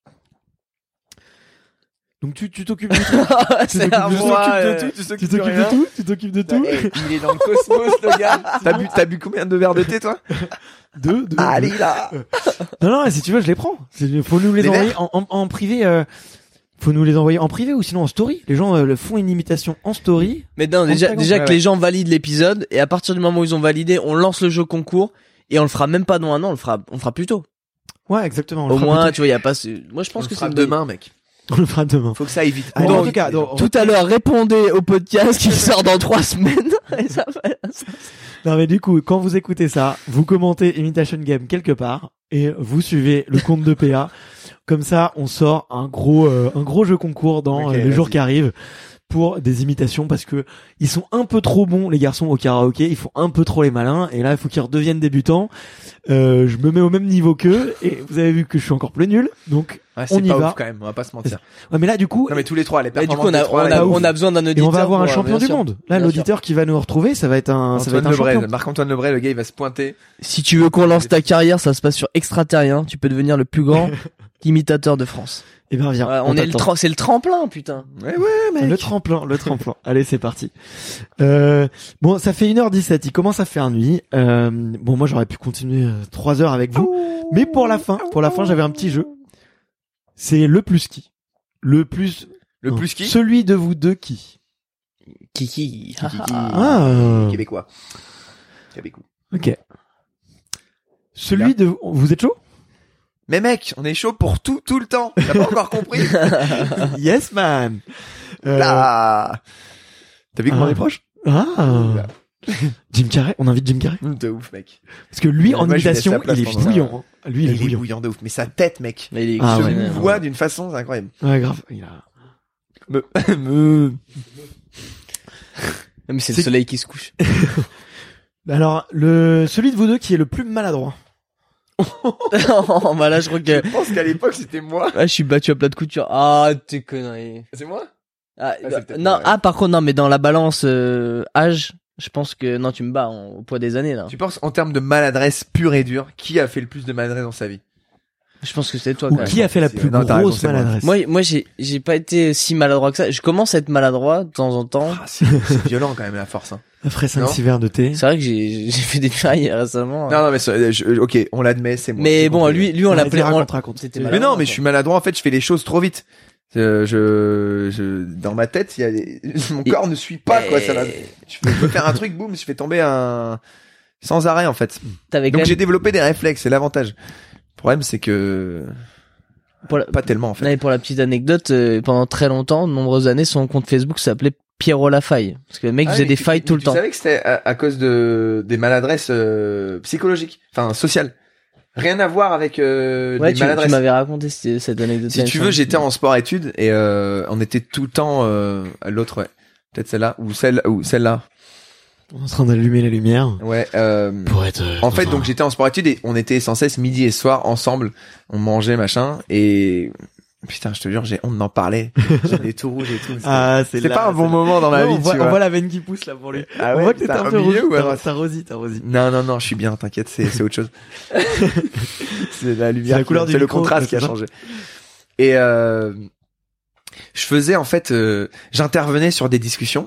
Donc, tu t'occupes du truc. C'est à Tu moi, t'occupes de tout, tu Tu s'occupes de t'occupes de rien. tout? Tu t'occupes de tout? Il est dans le cosmos, le gars. T'as bu combien de verres de thé, toi Deux. Allez, là. Non, si tu veux, je les prends. Faut nous les Les envoyer en privé. Faut nous les envoyer en privé ou sinon en story. Les gens le font une imitation en story. Mais non, Ouais, déjà ouais. que les gens valident l'épisode, et à partir du moment où ils ont validé, on lance le jeu concours, et on le fera même pas dans un an, on le fera plus tôt. Ouais, exactement. on le Au fera moins, plus tu vois, y a pas, moi je On pense le que c'est fera une bonne- demain, mec. tôt. On le fera demain. Faut que ça aille vite. Bon, Allez, en vite, tout cas, les gens. Tout à l'heure, répondez au podcast qui sort dans 3 semaines. Et ça va- Non mais du coup, quand vous écoutez ça, vous commentez Imitation Game quelque part et vous suivez le compte de PA. Comme ça, on sort un gros jeu concours dans Ok, les jours vas-y. qui arrivent pour des imitations parce que ils sont un peu trop bons les garçons au karaoké, ils font un peu trop les malins et là il faut qu'ils redeviennent débutants. Je me mets au même niveau qu'eux et vous avez vu que je suis encore plus nul. Donc Ouais, on c'est y pas va. ouf quand même, on va pas se mentir. ouais, mais là du coup Non mais tous les trois, les Mais du coup, performances des trois, là, on a besoin d'un et auditeur. on va avoir un pour, champion bien du sûr. monde. Là Bien l'auditeur qui va nous retrouver, ça va être un Antoine champion. Lebray, Marc-Antoine Lebray, le gars il va se pointer. Si tu veux qu'on lance ta carrière, ça se passe sur Extraterrien. Tu peux devenir le plus grand imitateur de France. Et ben viens. Ouais, on est t'attend. c'est le tremplin, putain. Ouais, mec. Le tremplin. Allez, c'est parti. Bon, ça fait 1h17, il commence à faire nuit. Bon, moi, j'aurais pu continuer 3 heures avec vous. Mais pour la fin, j'avais un petit jeu. C'est le plus qui. Le plus qui Celui de vous deux qui. Kiki. Ah. Québécois. Québécois. Ok. Celui de... Vous êtes chaud? Mais mec, on est chaud pour tout le temps. T'as pas encore compris? Yes, man. Là. T'as vu comment on est proche? Ah. Jim Carrey, on invite Jim Carrey. De ouf, mec. Parce que lui, Ouais, en moi, je lui laisse imitation, la place il est pendant ça. bouillant. hein. Lui, il est Il est bouillant. bouillant de ouf. Mais sa tête, mec. Mais il est Ah, Se ouais. mouvoie d'une façon, c'est incroyable. Ouais, grave. Il a... Mais c'est C'est- le soleil qui se couche. Alors, celui de vous deux qui est le plus maladroit. Bah là, je crois que Je pense qu'à l'époque, c'était moi. je suis battu à plat de couture. Ah, t'es connerie. C'est moi? Ah, c'est peut-être non, moi, ouais. par contre, non, mais dans la balance âge, je pense que non, tu me bats au poids des années là. Tu penses, en termes de maladresse pure et dure, qui a fait le plus de maladresse dans sa vie? Je pense que c'est toi. Ou quand qui même. a fait la Si, plus non, t'as raison, grosse c'est moi. maladresse? Moi, j'ai pas été si maladroit que ça. Je commence à être maladroit de temps en temps. Ah, c'est violent quand même, la force, hein. Après Non. 5-6 verres de thé. C'est vrai que j'ai fait des pareils récemment. Non, mais ok, on l'admet, c'est moi. Mais J'ai bon, compris. lui, on Vas-y, l'appelait. raconte. C'était Mais maladroit, non, mais quoi. je suis maladroit, en fait, je fais les choses trop vite. Dans ma tête, il y a mon corps ne suit pas, quoi, ça va. Je veux faire un truc, boum, je fais tomber sans arrêt, en fait. T'avais quand Donc j'ai même... développé des réflexes, c'est l'avantage. Le problème, c'est que, pas tellement, en fait. Non, et pour la petite anecdote, pendant très longtemps, de nombreuses années, son compte Facebook s'appelait Pierrot la faille. Parce que le mec faisait des failles tout le temps. Tu savais que c'était à cause des maladresses psychologiques, enfin sociales. Rien à voir avec Ouais, des tu maladresses. m'avais raconté cette anecdote. Si tu veux, j'étais en sport-études et on était tout le temps à l'autre, ouais. Peut-être celle-là ou celle-là. On est en train d'allumer la lumière. Ouais. Pour être. En fait, donc j'étais en sport-études et on était sans cesse midi et soir ensemble. On mangeait machin et putain, je te jure, j'ai honte d'en parler. J'avais tout rouge et tout. Ah, c'est C'était là, pas un bon moment dans ma Non, vie, on voit, tu on vois. voit la veine qui pousse là pour lui. Ah On ouais, voit que t'es putain, un peu au rouge. milieu ou à droite T'as rosy. Non, je suis bien, t'inquiète, c'est autre chose. C'est la lumière, C'est la couleur du c'est le micro, contraste qui a c'est ça changé. Et je faisais en fait, j'intervenais sur des discussions,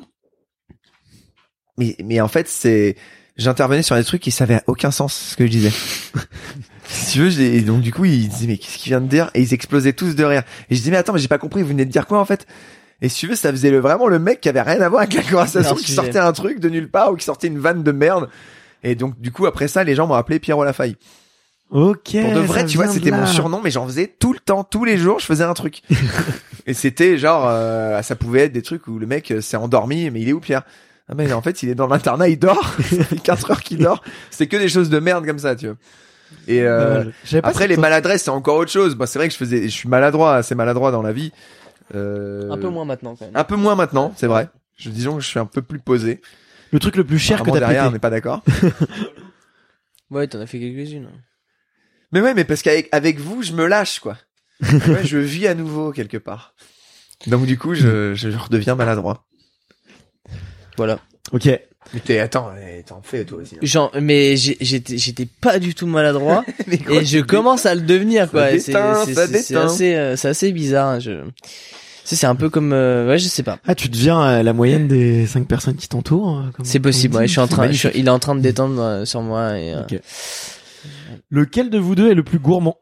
mais en fait j'intervenais sur des trucs qui n'avaient aucun sens ce que je disais. Si tu veux, et donc du coup ils disaient mais qu'est-ce qu'il vient de dire et ils explosaient tous de rire. Et je disais mais attends, mais j'ai pas compris, vous venez de dire quoi en fait? Et si tu veux, ça faisait vraiment le mec qui avait rien à voir avec la conversation, Non, qui sujet. sortait un truc de nulle part ou qui sortait une vanne de merde. Et donc du coup après ça, les gens m'ont appelé Pierrot Lafaille. Ok. Pour de vrai, ça tu vois, vient de c'était là. mon surnom, mais j'en faisais tout le temps, tous les jours, je faisais un truc. Et c'était genre, ça pouvait être des trucs où le mec s'est endormi, mais il est où Pierre? Ah mais en fait, il est dans l'internat, il dort. Ça fait 4 heures qu'il dort. C'est que des choses de merde comme ça, tu vois. Et J'avais pas après cette les maladresses, c'est encore autre chose. Bah c'est vrai que je suis maladroit, assez maladroit dans la vie. Un peu moins maintenant quand même. Un peu moins maintenant, c'est vrai. Disons que je suis un peu plus posé. Le truc le plus cher que Apparemment, t'as derrière, on pété. n'est pas d'accord. Ouais, t'en as fait quelques-unes. Mais ouais, mais parce qu'avec vous, je me lâche, quoi. Ouais, je vis à nouveau quelque part. Donc du coup, je redeviens maladroit. Voilà. Ok. Mais t'en fais toi aussi. Hein. Mais j'étais pas du tout maladroit. Mais quoi, Et je commence à le devenir, quoi. Et déteint, ça déteint. c'est assez bizarre. Hein. C'est un peu comme, ouais, je sais pas. Ah, tu deviens la moyenne des 5 personnes qui t'entourent. C'est possible. Ouais, magnifique. il est en train de détendre sur moi. Et, Ok. Lequel de vous deux est le plus gourmand?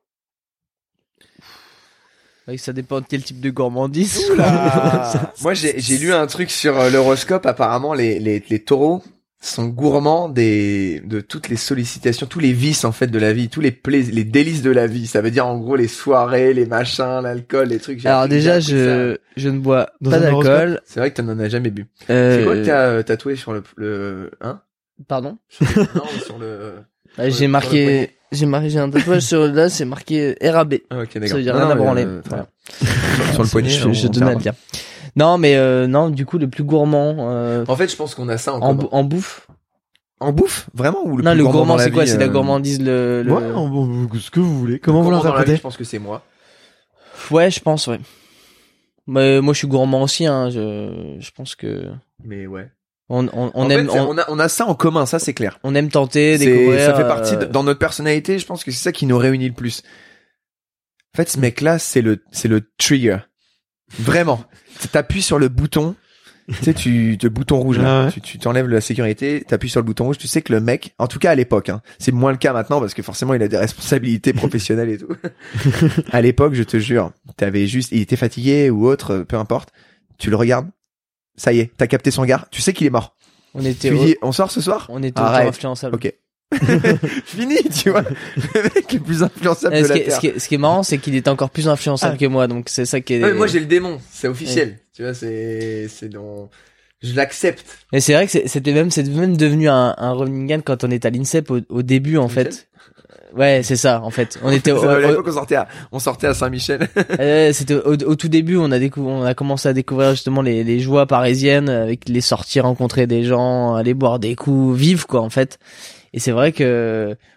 ouais, ça dépend de quel type de gourmandise. Moi, j'ai lu un truc sur l'horoscope. Apparemment, les taureaux sont gourmands de toutes les sollicitations, tous les vices en fait de la vie, tous les les délices de la vie. Ça veut dire en gros les soirées, les machins, l'alcool, les trucs. Alors déjà, j'ai appris ça. je ne bois Dans pas un horoscope d'alcool. C'est vrai que t'en as jamais bu. C'est quoi que t'as tatoué sur le hein? Pardon. Non, sur le. J'ai sur le marqué, j'ai un tatouage sur là, c'est marqué RAB. Ah, ok, d'accord. Ça veut dire Non, rien à non, branler. très bien. Sur le poignet. Je on tenais à le perd. dire. Non, mais non, du coup, le plus gourmand En fait, je pense qu'on a ça en en commun. en bouffe. En bouffe, vraiment ou le Non, plus le gourmand gourmand, dans la c'est quoi? vie, C'est la gourmandise, le... Ouais, bon, ce que vous voulez. Comment vous gourmand dans la vie, l'interprétez? je pense que c'est moi. Ouais, je pense, ouais. Mais moi, je suis gourmand aussi, hein. Je pense que Mais ouais. on En aime, fait, on a ça en commun, ça c'est clair. on aime tenter, découvrir. Ça fait partie dans notre personnalité. Je pense que c'est ça qui nous réunit le plus. En fait, ce mec-là, c'est le trigger. Vraiment. T'appuies sur le bouton. Tu sais, le bouton rouge là. Ah ouais. Tu t'enlèves la sécurité, t'appuies sur le bouton rouge. Tu sais que le mec, en tout cas à l'époque, hein, c'est moins le cas maintenant parce que forcément il a des responsabilités professionnelles et tout. À l'époque, je te jure, il était fatigué ou autre, peu importe. Tu le regardes. Ça y est, t'as capté son regard. Tu sais qu'il est mort. On était, Tu lui dis, on sort ce soir? on était Arrête. auto-influençables. Ok. Fini, tu vois. Le mec le plus influençable de Ce la qui est- Terre. ce qui est marrant, c'est qu'il est encore plus influençable Ah. que moi, donc c'est ça qui est. Ouais, mais moi j'ai le démon, c'est officiel. Tu vois, c'est dans je l'accepte. Et c'est vrai que c'était même devenu un running gag quand on était à l'INSEP au début, en fait. Ouais, c'est ça, en fait. On était À l'époque on sortait à Saint-Michel. c'était au tout début, on a commencé à découvrir justement les joies parisiennes avec les sorties, rencontrer des gens, aller boire des coups, vivre quoi, en fait. Et c'est vrai que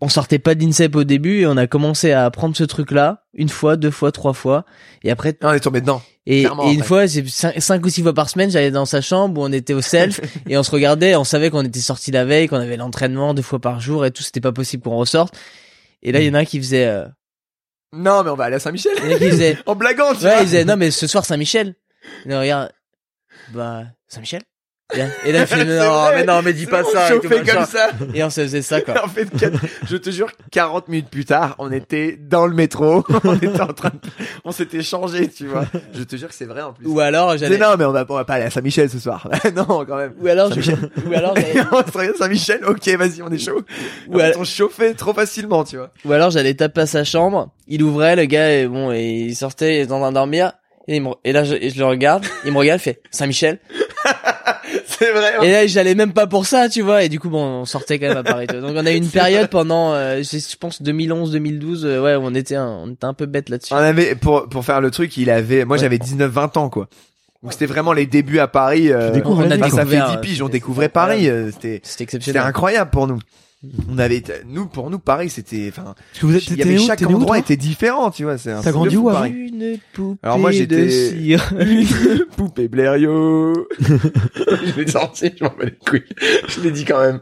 on sortait pas d'INSEP au début et on a commencé à apprendre ce truc-là 1 fois, 2 fois, 3 fois et après on est tombé dedans. et Clairement, une après. fois c'est 5 ou 6 fois par semaine j'allais dans sa chambre où on était au self et on se regardait, on savait qu'on était sorti la veille, qu'on avait l'entraînement 2 fois par jour et tout, c'était pas possible qu'on ressorte et là il y en a un qui faisait Non, mais on va aller à Saint-Michel. il y en a qui faisait En blaguant, tu ouais vois. il disait non mais ce soir Saint-Michel et on regarde bah Saint-Michel et là il fait non mais dis pas ça et tout, chauffé machin. comme ça. Et on se faisait ça quoi. En fait, je te jure, 40 minutes plus tard, on était dans le métro. On s'était changé, tu vois. Je te jure que c'est vrai en plus. Ou alors j'allais Non, mais on va pas aller à Saint-Michel ce soir. Non, quand même. ou alors j'allais On se regarde Saint-Michel. Ok, vas-y, on est chaud. Ou alors- On chauffait trop facilement, tu vois. Ou alors j'allais taper à sa chambre, il ouvrait le gars et bon et il sortait, il était en train de dormir et là je le regarde, il me regarde, il fait Saint-Michel. C'est vrai. Et là j'allais même pas pour ça, tu vois, et du coup bon on sortait quand même à Paris. Donc on a eu une période pendant je pense 2011-2012 ouais, où on était un peu bête là-dessus. On avait pour faire le truc, moi j'avais 19-20 ans quoi. Donc c'était vraiment les débuts à Paris. découvres on a la vie, ça fait découvert, 10 piges, on c'était découvrait Paris. C'était C'était exceptionnel. incroyable pour nous. Pour nous Paris c'était, enfin, Parce que vous êtes, il y avait chaque t'es né où, endroit toi était différent, tu vois. C'est un T'as truc de grandi fou, où avant Paris. Une poupée Alors moi, j'étais- de cire. Poupée Blériot. Je l'ai sorti, je m'en bats les couilles. Je l'ai dit quand même.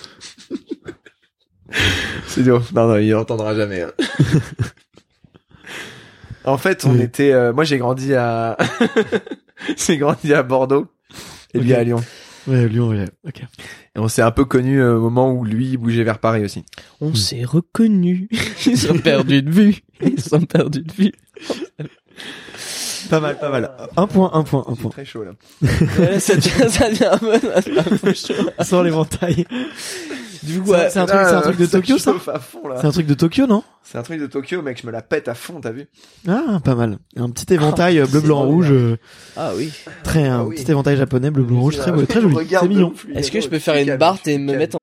C'est dur. Non, il entendra jamais. Hein. En fait, on était, moi j'ai grandi à, j'ai grandi à Bordeaux et lui Ok. à Lyon. Ouais, Lyon, ouais. Ok. Et on s'est un peu connus au moment où lui bougeait vers Paris aussi. On s'est reconnus. Ils sont perdus de vue. Ils sont perdus de vue. Pas mal, pas mal. Un point. C'est très chaud là. Ouais, ça devient un peu chaud. Sans l'éventail. Du coup, ouais. C'est un truc de Tokyo, ça? chauffe à fond, là. C'est un truc de Tokyo, non? C'est un truc de Tokyo, mec, je me la pète à fond, t'as vu? Ah, pas mal. Un petit éventail bleu, blanc, rouge, Ah oui. un oui. petit éventail japonais bleu, blanc, rouge, très beau, très joli. C'est mignon. Est-ce que je peux faire une barre et me mettre en...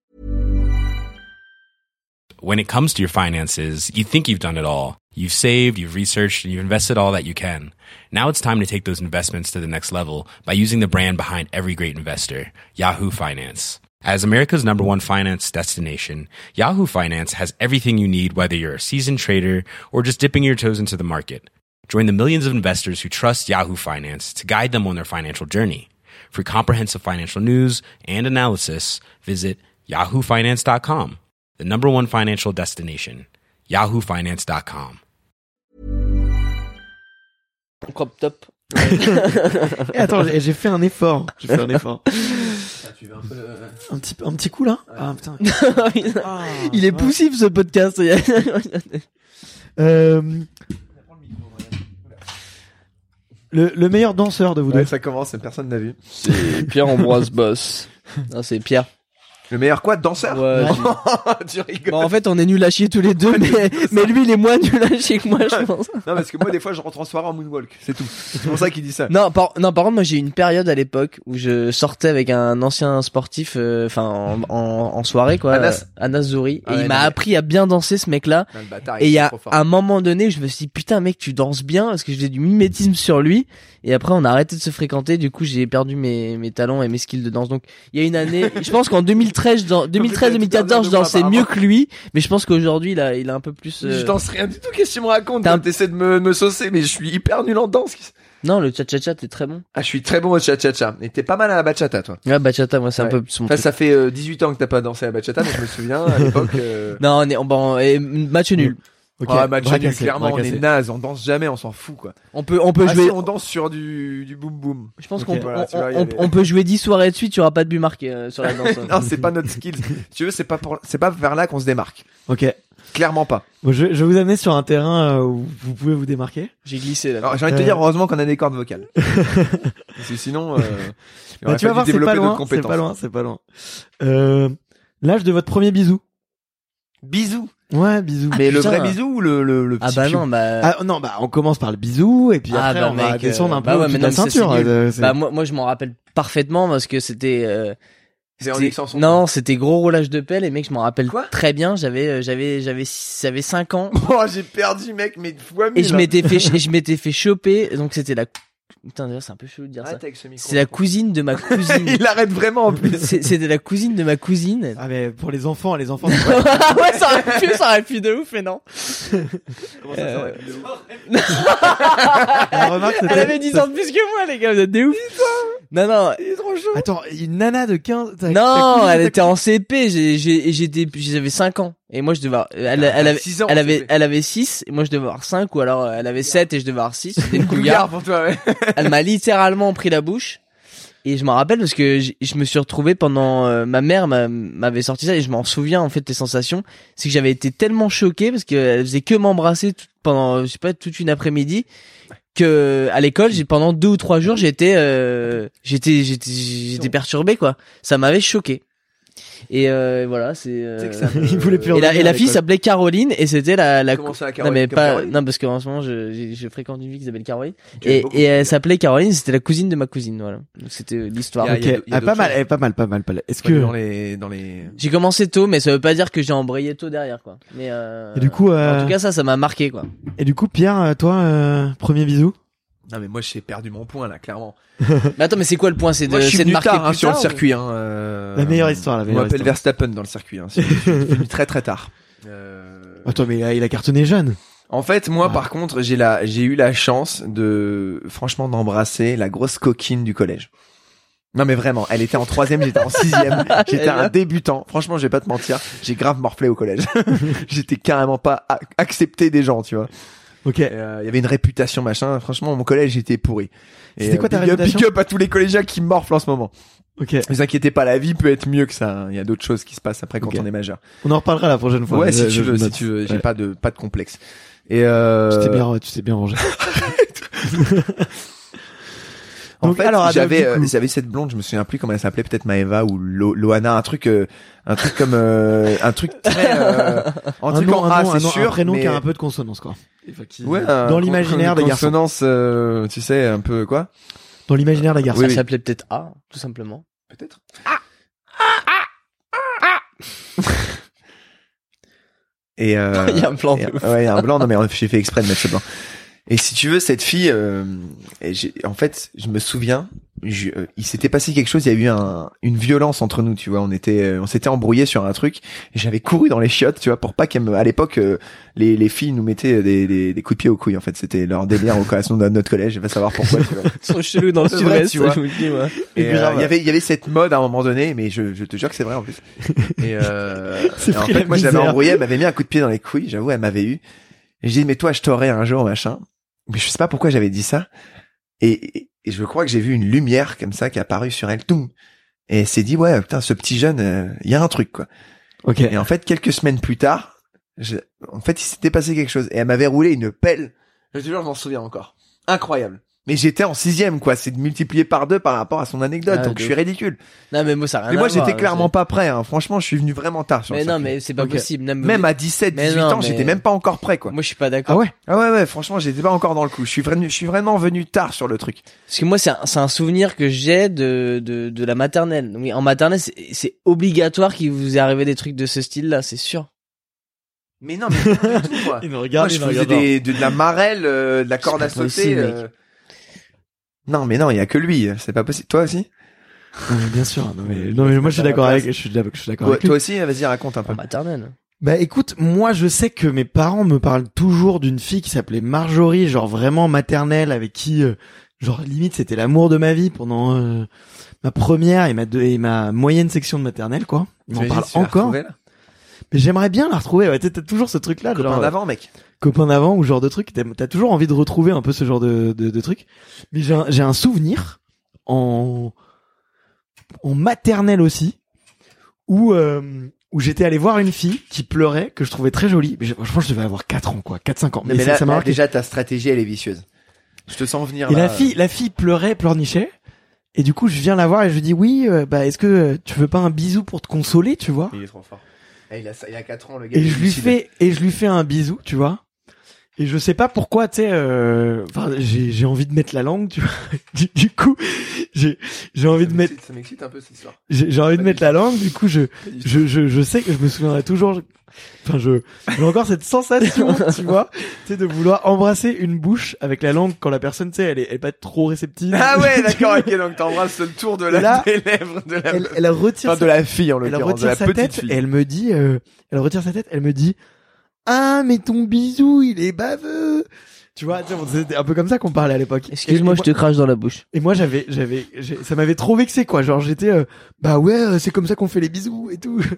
When it comes to your finances, you think you've done it all. You've saved, you've researched, and you've invested all that you can. Now it's time to take those investments to the next level by using the brand behind every great investor, Yahoo Finance. As America's #1 finance destination, Yahoo Finance has everything you need, whether you're a seasoned trader or just dipping your toes into the market. Join the millions of investors who trust Yahoo Finance to guide them on their financial journey. For comprehensive financial news and analysis, visit yahoofinance.com. The #1 financial destination, yahoofinance.com. crop top. Et attends, j'ai fait un effort. Tu veux un peu Un petit coup, là? Ah, putain. Il est poussif ce podcast. Le meilleur danseur de vous deux. Ouais, ça commence, personne n'a vu. C'est Pierre-Ambroise Boss. Non, c'est Pierre. Le meilleur quoi? Danseur? Ouais, Tu rigoles. Bon, en fait, on est nuls à chier tous les deux, mais lui, il est moins nul à chier que moi, je pense. Non, parce que moi, des fois, je rentre en soirée en moonwalk. C'est tout. C'est pour ça qu'il dit ça. Non, par contre, moi, j'ai eu une période à l'époque où je sortais avec un ancien sportif, en soirée, quoi. Anas Zouri. Ah et ouais, il m'a non, mais- appris à bien danser, ce mec-là. Non, le bâtard, Et il y a est trop fort. un moment donné, je me suis dit, putain, mec, tu danses bien, parce que j'ai du mimétisme sur lui. Et après, on a arrêté de se fréquenter. Du coup, j'ai perdu mes talents et mes skills de danse. Donc, il y a une année, je pense qu'en 2013-2014, je dansais mieux que lui. Mais je pense qu'aujourd'hui, il a un peu plus, Je danse rien du tout. Qu'est-ce que tu me racontes? T'as un- T'essaies de me saucer, mais je suis hyper nul en danse. Non, le cha-cha-cha, t'es très bon. Ah, je suis très bon au cha-cha-cha. Et t'es pas mal à la bachata, toi. Ouais, bachata, moi, c'est un Ouais. peu plus mon Enfin, truc. ça fait 18 ans que t'as pas dansé à la bachata, mais je me souviens, à l'époque, Non, match nul. Ok. match nul, Bracassé, clairement, on bracassé. est naze, on danse jamais, on s'en fout, quoi. On peut Ah, jouer, si, on danse sur du boom boom. je pense Ok. qu'on Voilà, tu vois, y a les- on peut jouer 10 soirées de suite, tu auras pas de but marqué sur la danse. Non, c'est pas notre skill. Si tu veux, c'est pas vers là qu'on se démarque. Ok. Clairement pas. Bon, je vais vous amener sur un terrain où vous pouvez vous démarquer. J'ai glissé là. Alors, j'ai envie de te dire, heureusement qu'on a des cordes vocales. Parce que sinon, il Bah, aurait tu vas fallu voir, c'est développer pas d'autres loin, compétences. c'est pas loin. L'âge de votre premier bisou. Bisous. Ouais, bisou. Mais le putain. vrai bisou ou le petit Ah bah piou? non, bah. Ah non, bah on commence par le bisou et puis Ah, après bah, on va mec, descendre un peu bah ouais, au-dessus mais de la non, mais ça, ceinture. c'est nul. C'est- Bah moi je m'en rappelle parfaitement parce que c'était C'est en c'était- extension. non, c'était gros roulage de pelle et mec, je m'en rappelle Quoi très bien, j'avais 5 ans Oh, j'ai perdu, mec, mais fois et mille. je m'étais fait choper, donc c'était la Putain, d'ailleurs, c'est un peu chelou de dire ça. Arrête avec ce micro. C'est la cousine de ma cousine. Il arrête vraiment en plus. C'était la cousine de ma cousine. Ah mais pour les enfants. Ouais, ça aurait pu de ouf, mais non. Comment ça aurait pu de ouf Remarque, Elle avait 10 ans de plus que moi, les gars, vous êtes des ouf. Non. Il est trop chaud. Attends, une nana de 15... Non, elle était en CP, j'avais 5 ans. Et moi, je devais avoir, elle avait 6 ans. elle avait 6, et moi, je devais avoir 5, ou alors, elle avait 7 et je devais avoir 6. C'était une cougar. pour toi, ouais. Elle m'a littéralement pris la bouche. Et je m'en rappelle parce que je me suis retrouvé pendant, ma mère m'avait sorti ça et je m'en souviens, en fait, les sensations. C'est que j'avais été tellement choqué parce qu'elle faisait que m'embrasser pendant, je sais pas, toute une après-midi. Que à l'école, pendant 2 ou 3 jours, j'étais perturbé, quoi. Ça m'avait choqué. Et voilà, Il voulait plus et la revenir à fille l'école. s'appelait Caroline et c'était la Comment ça, non Caroline, mais comme pas Caroline non parce qu'en ce moment je fréquente une fille qui s'appelle Caroline Tu aimes et beaucoup. elle s'appelait Caroline, c'était la cousine de ma cousine, voilà. Donc c'était l'histoire. Il y a Ok, ah, pas mal, pas mal. Est-ce que... dans les J'ai commencé tôt, mais ça veut pas dire que j'ai embrayé tôt derrière, quoi. Mais Et du coup, en tout cas ça m'a marqué, quoi. Et du coup, Pierre, toi, premier bisou? Non mais moi j'ai perdu mon point là clairement. Mais attends, mais c'est quoi le point? C'est Moi de je suis c'est de venu marquer tard plus sur le tard, circuit La meilleure histoire, la On meilleure m'appelle histoire. Verstappen dans le circuit hein. Je suis venu très très tard. Attends, mais il a cartonné jeune. En fait, moi Ah. par contre, j'ai eu la chance franchement d'embrasser la grosse coquine du collège. Non mais vraiment, elle était en 3e, j'étais en 6e, j'étais un débutant. Franchement, je vais pas te mentir, j'ai grave morflé au collège. J'étais carrément pas accepté des gens, tu vois. Ok. Il y avait une réputation machin. Franchement, mon collège était pourri. C'était quoi ta big up, réputation big up à tous les collégiens qui morflent en ce moment. Ok. Ne vous inquiétez pas, la vie peut être mieux que ça. Hein. Il y a d'autres choses qui se passent après quand Ok. on est majeur. On en reparlera la prochaine fois. Ouais, Je- si tu je veux, note. j'ai Ouais. pas de complexe. Et Tu t'es bien rangé. En Donc, fait, alors, Adolphe, j'avais du coup. j'avais cette blonde, je me souviens plus comment elle s'appelait, peut-être Maëva ou Loana, un truc comme un truc très en truc en A, c'est sûr, un prénom mais qui a un peu de consonance, quoi. ouais, dans l'imaginaire des garçons. consonance, tu sais, un peu quoi. Dans l'imaginaire des garçons. Ça Oui. s'appelait peut-être A, tout simplement. Peut-être. Et Il y a un plan de et- ouf. ouais, il y a un blanc. Non mais j'ai fait exprès de mettre ce blanc. Et si tu veux, cette fille, en fait, je me souviens, il s'était passé quelque chose. Il y a eu une violence entre nous, tu vois. On s'était embrouillé sur un truc. Et j'avais couru dans les chiottes, tu vois, pour pas à l'époque, les filles nous mettaient des coups de pied aux couilles. En fait, c'était leur délire au collation de notre collège. Je vais pas savoir pourquoi. Tu vois. Ils sont chelous dans le C'est vrai, sud-ouest, tu vois. je vous le dis, moi. Et grave. il y avait cette mode à un moment donné, mais je te jure que c'est vrai en plus. Et, C'est et en pris fait, la moi je l'avais misère. embrouillé, elle m'avait mis un coup de pied dans les couilles. J'avoue, elle m'avait eu. Et j'ai dit mais toi je t'aurai un jour machin. Mais je sais pas pourquoi j'avais dit ça. Et je crois que j'ai vu une lumière comme ça qui est apparue sur elle. Toum. Et elle s'est dit ouais putain ce petit jeune, il y a un truc quoi. Ok. Et en fait quelques semaines plus tard, en fait il s'était passé quelque chose. Et elle m'avait roulé une pelle. Je te jure je m'en souviens encore. Incroyable. Mais j'étais en 6e quoi, c'est multiplié par 2 par rapport à son anecdote, Ah, donc de je suis ouf. ridicule. Non, mais moi, ça a rien Mais à moi voir, j'étais clairement c'est- pas prêt, hein. Franchement je suis venu vraiment tard sur Mais le non, circuit. mais c'est pas Ok. possible. Même à 17, Mais 18 non, ans, mais- j'étais même pas encore prêt quoi. Moi, je suis pas d'accord. Ah ouais? Ah ouais franchement j'étais pas encore dans le coup. Je suis vraiment venu tard sur le truc. Parce que moi, c'est un souvenir que j'ai de la maternelle. Donc, en maternelle, c'est obligatoire qu'il vous est arrivé des trucs de ce style-là, c'est sûr. Mais non mais pas du tout moi. Il nous Moi regarde, je il nous faisais regarde. de la marelle, de la corde à C'est pas sauter. possible, mec. Non mais non, il y a que lui, c'est pas possible. Toi aussi? Non, mais bien sûr. Non, mais moi, je suis d'accord avec, je suis d'accord Toi, avec lui. toi aussi, vas-y raconte un peu. En maternelle. Bah écoute, moi je sais que mes parents me parlent toujours d'une fille qui s'appelait Marjorie, genre vraiment maternelle, avec qui, genre limite c'était l'amour de ma vie pendant ma première et ma moyenne section de maternelle quoi. Ils m'en T'imagines parlent si tu l'as encore. retrouvé, là Mais j'aimerais bien la retrouver. Ouais, t'as toujours ce truc là, de Copain genre d'avant mec. copain d'avant ou genre de truc. T'as toujours envie de retrouver un peu ce genre de truc. Mais j'ai un souvenir en maternelle aussi où j'étais allé voir une fille qui pleurait, que je trouvais très jolie. Mais franchement, je devais avoir 4 ans, quoi. 4-5 ans. Mais ça m'a là, marqué. déjà ta stratégie elle est vicieuse. Je te sens venir Et là. la fille pleurait, pleurnichait. Et du coup, je viens la voir et je lui dis, oui, est-ce que tu veux pas un bisou pour te consoler, tu vois? Il est trop fort. Il a 4 ans le gars. Et il est je lui lucide. fais un bisou, tu vois. Et je sais pas pourquoi, tu sais, j'ai envie de mettre la langue, tu vois. Du coup, j'ai envie de mettre, Ça m'excite un peu cette histoire. j'ai envie de mettre la langue, du coup, je sais que je me souviendrai toujours, j'ai encore cette sensation, tu vois, tu sais, de vouloir embrasser une bouche avec la langue quand la personne, tu sais, elle est pas trop réceptive. Ah ouais, d'accord, ok, donc t'embrasses le tour de Là, des lèvres de la Elle retire, enfin, de la fille, en elle l'occurrence, de retire la sa petite tête fille. et elle me dit, elle retire sa tête, elle me dit, ah, mais ton bisou, il est baveux. Tu vois, c'était un peu comme ça qu'on parlait à l'époque. Excuse-moi, je te crache dans la bouche. Et moi, ça m'avait trop vexé, quoi. Genre, j'étais, bah ouais, c'est comme ça qu'on fait les bisous et tout.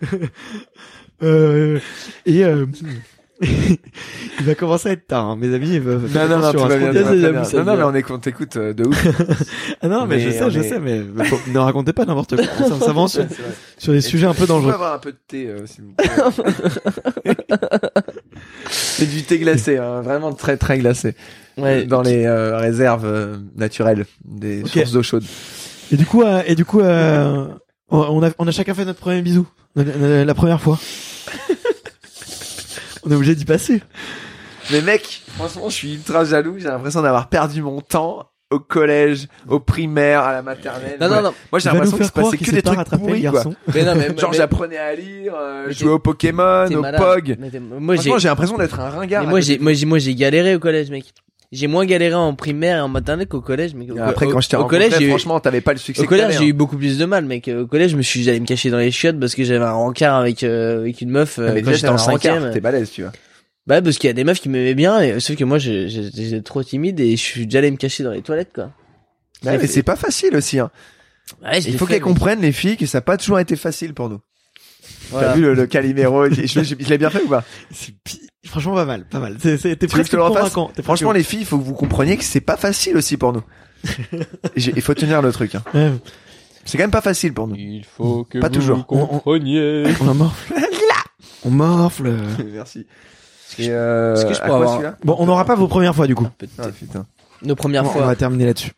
Il va commencer à être tard, hein. Mes amis, Non, faites tout attention, va hein, bien, ce qu'on dit. non, mais on t'écoute de ouf. Ah non, mais je sais, mais ne racontez pas n'importe quoi. Ça s'avance Ouais, c'est vrai. sur des sujets un peu Je peux dangereux. avoir un peu de thé, s'il vous plaît. C'est du thé glacé, hein, vraiment très très glacé. Ouais. Dans les réserves naturelles des sources d'eau chaude. Et du coup, on a chacun fait notre premier bisou la première fois. On est obligé d'y passer. Mais mec, franchement, je suis ultra jaloux. J'ai l'impression d'avoir perdu mon temps au collège, au primaire, à la maternelle. Non, non, non. Moi, j'ai Il va nous l'impression que faire se croire passait qu'il que s'est des pas trucs rattrapé, pourris, le quoi. garçon. Mais non, mais, Genre, mais- j'apprenais à lire, mais jouer au Pokémon, t'es au malade. Pog. Mais moi, Franchement, j'ai l'impression d'être un ringard. mais moi, j'ai galéré au collège, mec. J'ai moins galéré en primaire et en maternelle qu'au collège, mais Après, quand je t'ai au collège, rencontré, j'ai eu- franchement, t'avais pas le succès au que t'avais, collège, j'ai hein. eu beaucoup plus de mal, mec. Au collège, j'allais me cacher dans les chiottes parce que j'avais un rencard avec une meuf Ah, mais quand déjà, j'étais en t'avais un rencard, cinquième. T'es balèze, tu vois. Bah, parce qu'il y a des meufs qui m'aimaient bien, et sauf que moi, j'étais trop timide et je suis déjà allé me cacher dans les toilettes, quoi. Ouais, mais c'est pas facile aussi, hein. Ouais, Il faut qu'elles comprennent, les filles, que ça n'a pas toujours été facile pour nous. Voilà. T'as vu le Calimero, je l'ai bien fait ou pas? Franchement, pas mal, pas mal. T'es Tu veux que presque je te le refasse? convaincant. Franchement, les filles, il faut que vous compreniez que c'est pas facile aussi pour nous. Il faut tenir le truc, hein. Ouais. C'est quand même pas facile pour nous. Il faut que Pas vous toujours. compreniez. On morfle. On morfle. Merci. Est-ce que je à pourrais quoi, avoir- celui-là? Bon, on n'aura pas vos premières fois, du coup. Ah, putain. Nos premières On fois. va terminer là-dessus.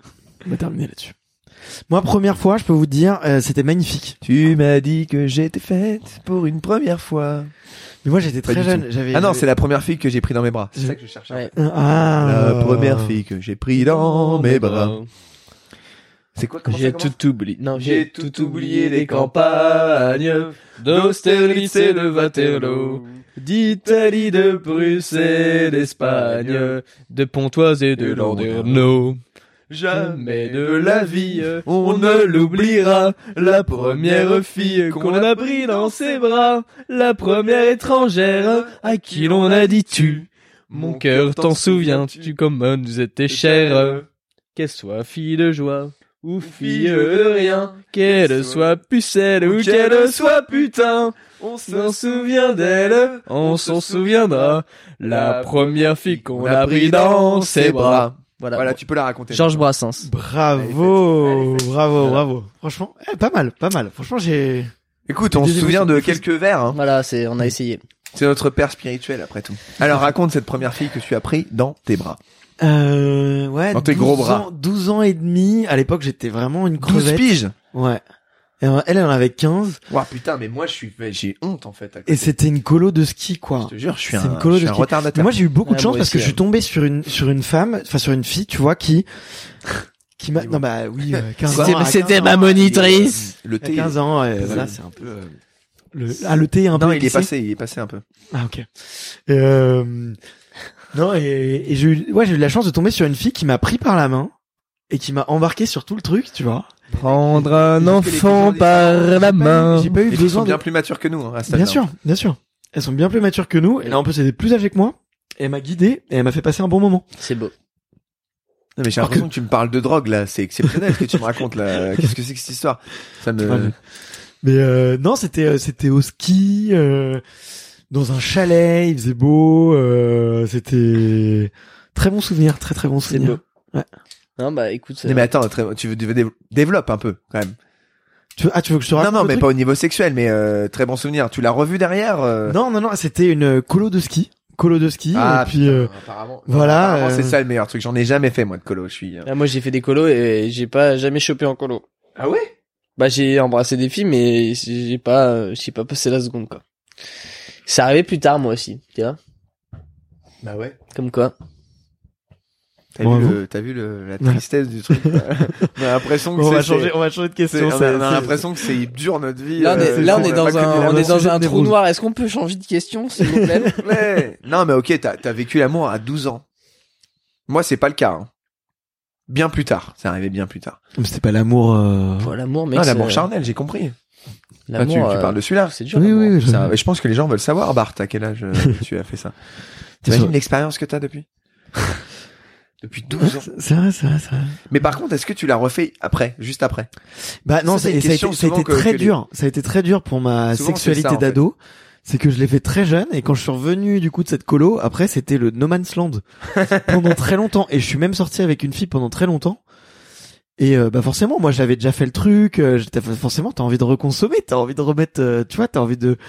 Moi, première fois, je peux vous dire, c'était magnifique. Tu m'as dit que j'étais faite pour une première fois. Mais moi, j'étais Pas très du jeune. tout. J'avais. Ah non, c'est la première fille que j'ai pris dans mes bras. C'est Je- ça que je cherchais. Ouais. Ah. La première fille que j'ai pris dans mes bras. C'est quoi? Comment ça J'ai commence? tout oublié. Non, J'ai tout oublié des campagnes, d'Austerlitz et de Waterloo, d'Italie, de Bruxelles, d'Espagne, de Pontoise et de Landerneau. Jamais de la vie, on ne l'oubliera, la première fille qu'on a pris dans ses bras, la première étrangère à qui l'on a dit tu. Mon cœur, t'en souviens-tu comme on nous était chère, qu'elle soit fille de joie ou fille de rien, qu'elle soit pucelle ou qu'elle soit putain, on s'en souvient d'elle, on s'en souviendra, la première fille qu'on a pris dans ses bras. Voilà, tu peux la raconter. Georges Brassens. Bravo, bravo, Voilà. bravo. Franchement, pas mal, pas mal. Franchement, j'ai. Écoute, on Des se souvient de émotions. quelques vers, hein. Voilà, on a essayé. C'est notre père spirituel, après tout. Alors, raconte cette première fille que tu as pris dans tes bras. Ouais. Dans tes gros bras. 12 ans et demi. À l'époque, j'étais vraiment une 12 crevette. piges. Ouais. Et elle en avait 15. Ouah, putain, mais moi, j'ai honte, en fait. à côté. Et c'était une colo de ski, quoi. Je te jure, je suis C'est une un, colo je suis de un ski. Mais retardateur. moi, j'ai eu beaucoup de Ouais, chance moi parce que aussi, je suis tombé sur une femme, enfin, sur une fille, tu vois, qui m'a, non, bah, oui, 15 ans. à 15 ans, monitrice. Le à thé. 15 ans, voilà, c'est un peu, le thé est un peu Non, il épicé. est passé un peu. Ah, ok. Non, et j'ai eu de la chance de tomber sur une fille qui m'a pris par la main et qui m'a embarqué sur tout le truc, tu vois. Prendre un Parce que les enfant gens par la main. J'ai pas eu Les filles besoin sont bien de... plus matures que nous, hein, à cet Bien âge-là. sûr, bien sûr. Elles sont bien plus matures que nous. Et là, en plus, elle est plus âgée que moi. Et elle m'a guidé et elle m'a fait passer un bon moment. C'est beau. Non, mais j'ai Alors l'impression que tu me parles de drogue, là. C'est exceptionnel ce que tu me racontes, là. Qu'est-ce que c'est que cette histoire? Ça me... Mais non, c'était au ski, dans un chalet, il faisait beau, c'était très bon souvenir, très très bon C'est souvenir. beau. Non, bah, écoute. Non, mais attends, tu veux développe un peu, quand même. Tu veux que je te raconte Non, le mais truc pas au niveau sexuel, mais très bon souvenir. Tu l'as revu derrière Non, c'était une colo de ski, Ah, et puis apparemment. voilà, Apparemment, c'est ça le meilleur truc. J'en ai jamais fait, moi, de colo. Je suis... Ah, moi, j'ai fait des colos et j'ai pas jamais chopé en colo. Ah ouais? Bah, j'ai embrassé des filles, mais j'ai pas passé la seconde, quoi. C'est arrivé plus tard, moi aussi, tu vois. Bah ouais. Comme quoi. T'as vu la tristesse du truc. On a l'impression que on va changer de question. On a l'impression que c'est dur notre vie. Là, on est dans un trou noir. Est-ce qu'on peut changer de question, s'il vous plaît? Ouais. Non, mais ok, t'as vécu l'amour à 12 ans. Moi, c'est pas le cas. Hein. Bien plus tard. C'est arrivé bien plus tard. Mais c'était pas l'amour. L'amour, mec. Non, l'amour charnel, j'ai compris. L'amour. Tu parles de celui-là. C'est dur. Oui. Je pense que les gens veulent savoir, Bart, à quel âge tu as fait ça. T'imagines l'expérience que t'as depuis? Depuis 12 ans. C'est vrai. Mais par contre, est-ce que tu l'as refait après, juste après? Bah non, ça a été très dur. Ça a été très dur pour ma sexualité d'ado. C'est que je l'ai fait très jeune et quand je suis revenu du coup de cette colo, après c'était le No Man's Land pendant très longtemps et je suis même sorti avec une fille pendant très longtemps. Et bah forcément, moi j'avais déjà fait le truc. Forcément, t'as envie de reconsommer, t'as envie de remettre, tu vois, t'as envie de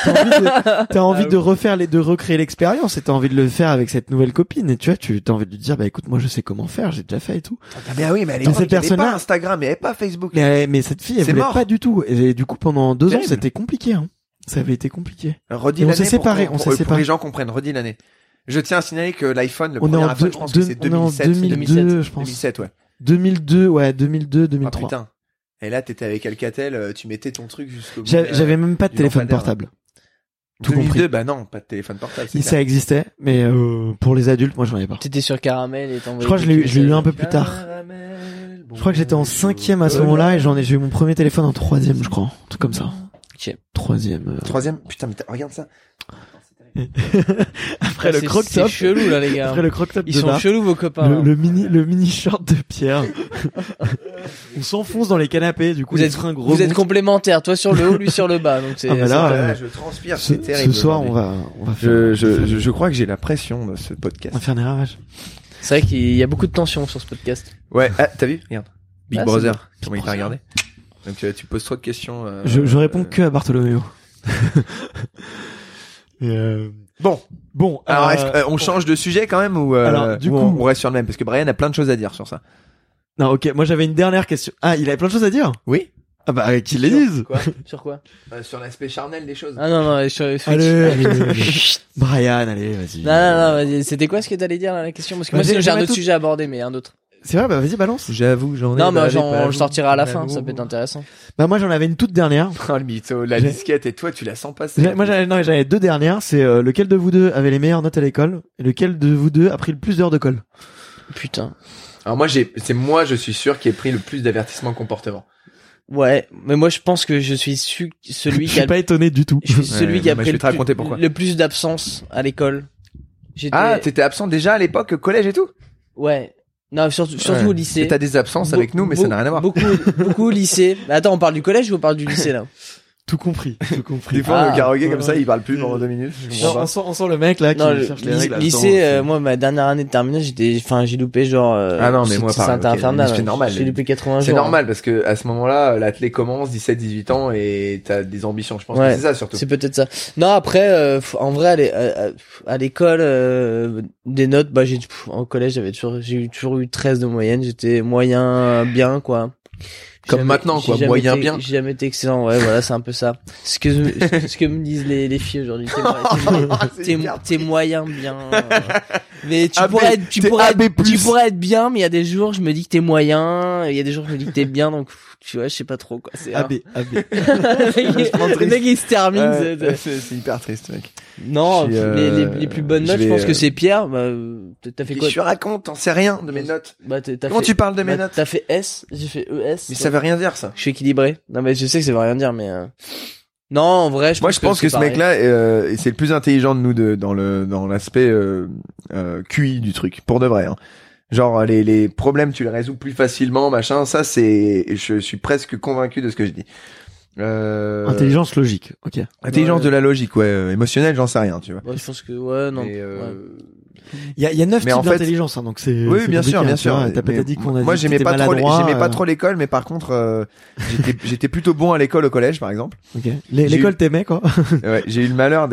de recréer l'expérience et t'as envie de le faire avec cette nouvelle copine. Et tu vois, t'as envie de lui dire, bah écoute, moi je sais comment faire, j'ai déjà fait et tout. Ah bah oui, mais elle est pas Instagram, elle est pas Facebook. Mais cette fille, elle voulait pas du tout. Et du coup, pendant 2 ans, c'était compliqué. Hein. Ça avait été compliqué. Redis l'année. On s'est séparés. Pour les gens comprennent. Redis l'année. Je tiens à signaler que l'iPhone, le premier iPhone, je pense que c'est 2007. 2002, je pense. 2007, ouais. 2002, 2003. Ah putain. Et là, t'étais avec Alcatel, tu mettais ton truc jusqu'au bout. J'avais même pas de téléphone portable. Tout 2002, compris. Bah non, pas de téléphone portable. Ça existait, mais pour les adultes, moi j'en avais pas. T'étais sur Caramel et je crois que je l'ai eu un peu plus tard. Je crois que j'étais en 5e à ce moment-là et j'ai eu mon premier téléphone en 3e, je crois. Un truc comme ça. Ok. 3e. Putain, mais regarde ça. Après le croc top. C'est chelou là les gars. Après le croc top. Ils sont chelous vos copains. Le mini short de Pierre. On s'enfonce dans les canapés. Du coup, vous êtes complémentaires. Toi sur le haut, lui sur le bas. Donc c'est. Ah bah là, je transpire. C'est terrible. Ce soir, on va faire. Je crois que j'ai la pression de ce podcast. On va faire des ravages. C'est vrai qu'il y a beaucoup de tension sur ce podcast. Ouais. Ah, t'as vu? Regarde. Big Brother. Comment il t'a regardé? Donc tu poses trop de questions. Je réponds que à Bartholoméo. Bon. Alors, on change de sujet quand même ou on reste sur le même parce que Brian a plein de choses à dire sur ça. Non, ok. Moi, j'avais une dernière question. Ah, il avait plein de choses à dire? Oui. Ah bah, qu'il les dise. Quoi? Sur quoi? Sur l'aspect charnel des choses. Ah non, sur allez. Brian, allez, vas-y. Non, vas-y. C'était quoi ce que t'allais dire, là, la question? Parce que moi, j'ai un autre sujet à aborder, mais un autre. C'est vrai, bah vas-y, balance. J'avoue, j'en ai. Non, mais on le sortira à la fin, ça peut être intéressant. Bah moi j'en avais une toute dernière. Oh le mytho, la disquette et toi tu la sens passer. Moi j'avais 2 dernières, c'est lequel de vous deux avait les meilleures notes à l'école et lequel de vous deux a pris le plus d'heures de colle. Putain. Alors moi je suis sûr qui ai pris le plus d'avertissements comportement. Ouais, mais moi je pense que je suis celui qui a... Je suis pas étonné du tout. Je suis celui qui a pris le plus d'absence à l'école. T'étais absent déjà à l'époque, collège et tout? Ouais. Non, surtout au lycée. T'as des absences avec nous, mais ça n'a rien à voir. Beaucoup au lycée. Attends, on parle du collège ou on parle du lycée, là? Tout compris. Des fois, le karaoké comme ça, il parle plus pendant 2 minutes. On sent le mec, là, qui cherche les règles. Lycée, moi, ma dernière année de terminale, j'ai loupé genre, non, mais moi, c'était infernal. C'est normal. J'ai loupé 80 jours. C'est normal, parce que, à ce moment-là, l'athlète commence, 17, 18 ans, et t'as des ambitions. Je pense que c'est ça, surtout. C'est peut-être ça. Non, après, en vrai, à l'école, des notes, au collège, j'ai toujours eu 13 de moyenne. J'étais moyen, bien, quoi. Comme maintenant, quoi, moyen bien. J'ai jamais été excellent, ouais, voilà, c'est un peu ça. Ce que me disent les filles aujourd'hui. T'es moyen bien. Mais tu pourrais être bien, mais il y a des jours, je me dis que t'es moyen, il y a des jours, je me dis que t'es bien, donc, tu vois, je sais pas trop, quoi. C'est AB. Le mec, il se termine. C'est hyper triste, mec. Non, les plus bonnes notes, je pense que c'est Pierre. T'as fait quoi? Je raconte, t'en sais rien de mes notes. Comment tu parles de mes notes? T'as fait S, j'ai fait ES. Mais ça veut rien dire, ça. Je suis équilibré. Non, mais je sais que ça veut rien dire, mais non, en vrai, je pense que ce mec-là, c'est le plus intelligent de nous dans l'aspect QI du truc, pour de vrai. Hein. Genre les problèmes, tu les résous plus facilement, machin. Ça, je suis presque convaincu de ce que je dis. Intelligence logique, ok. Intelligence de la logique, ouais. Émotionnelle, j'en sais rien, tu vois. Ouais, je pense que non. Il y a 9 types d'intelligence, hein, donc c'est. Oui, bien sûr. T'as peut-être dit qu'on a. Moi, j'aimais pas trop l'école, mais par contre, j'étais plutôt bon à l'école au collège, par exemple. Ok. L'école t'aimait, quoi. Ouais, j'ai eu le malheur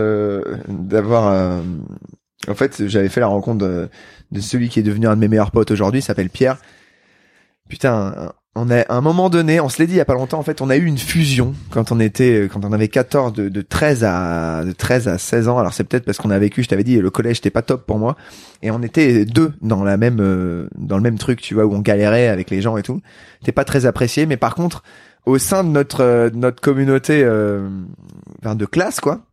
d'avoir en fait, j'avais fait la rencontre de celui qui est devenu un de mes meilleurs potes aujourd'hui, il s'appelle Pierre. Putain, à un moment donné, on se l'est dit il y a pas longtemps, en fait, on a eu une fusion quand on avait 14, de 13 à 16 ans. Alors c'est peut-être parce qu'on a vécu, je t'avais dit, le collège c'était pas top pour moi. Et on était deux dans le même truc, tu vois, où on galérait avec les gens et tout. C'était pas très apprécié, mais par contre, au sein de notre communauté, de classe, quoi,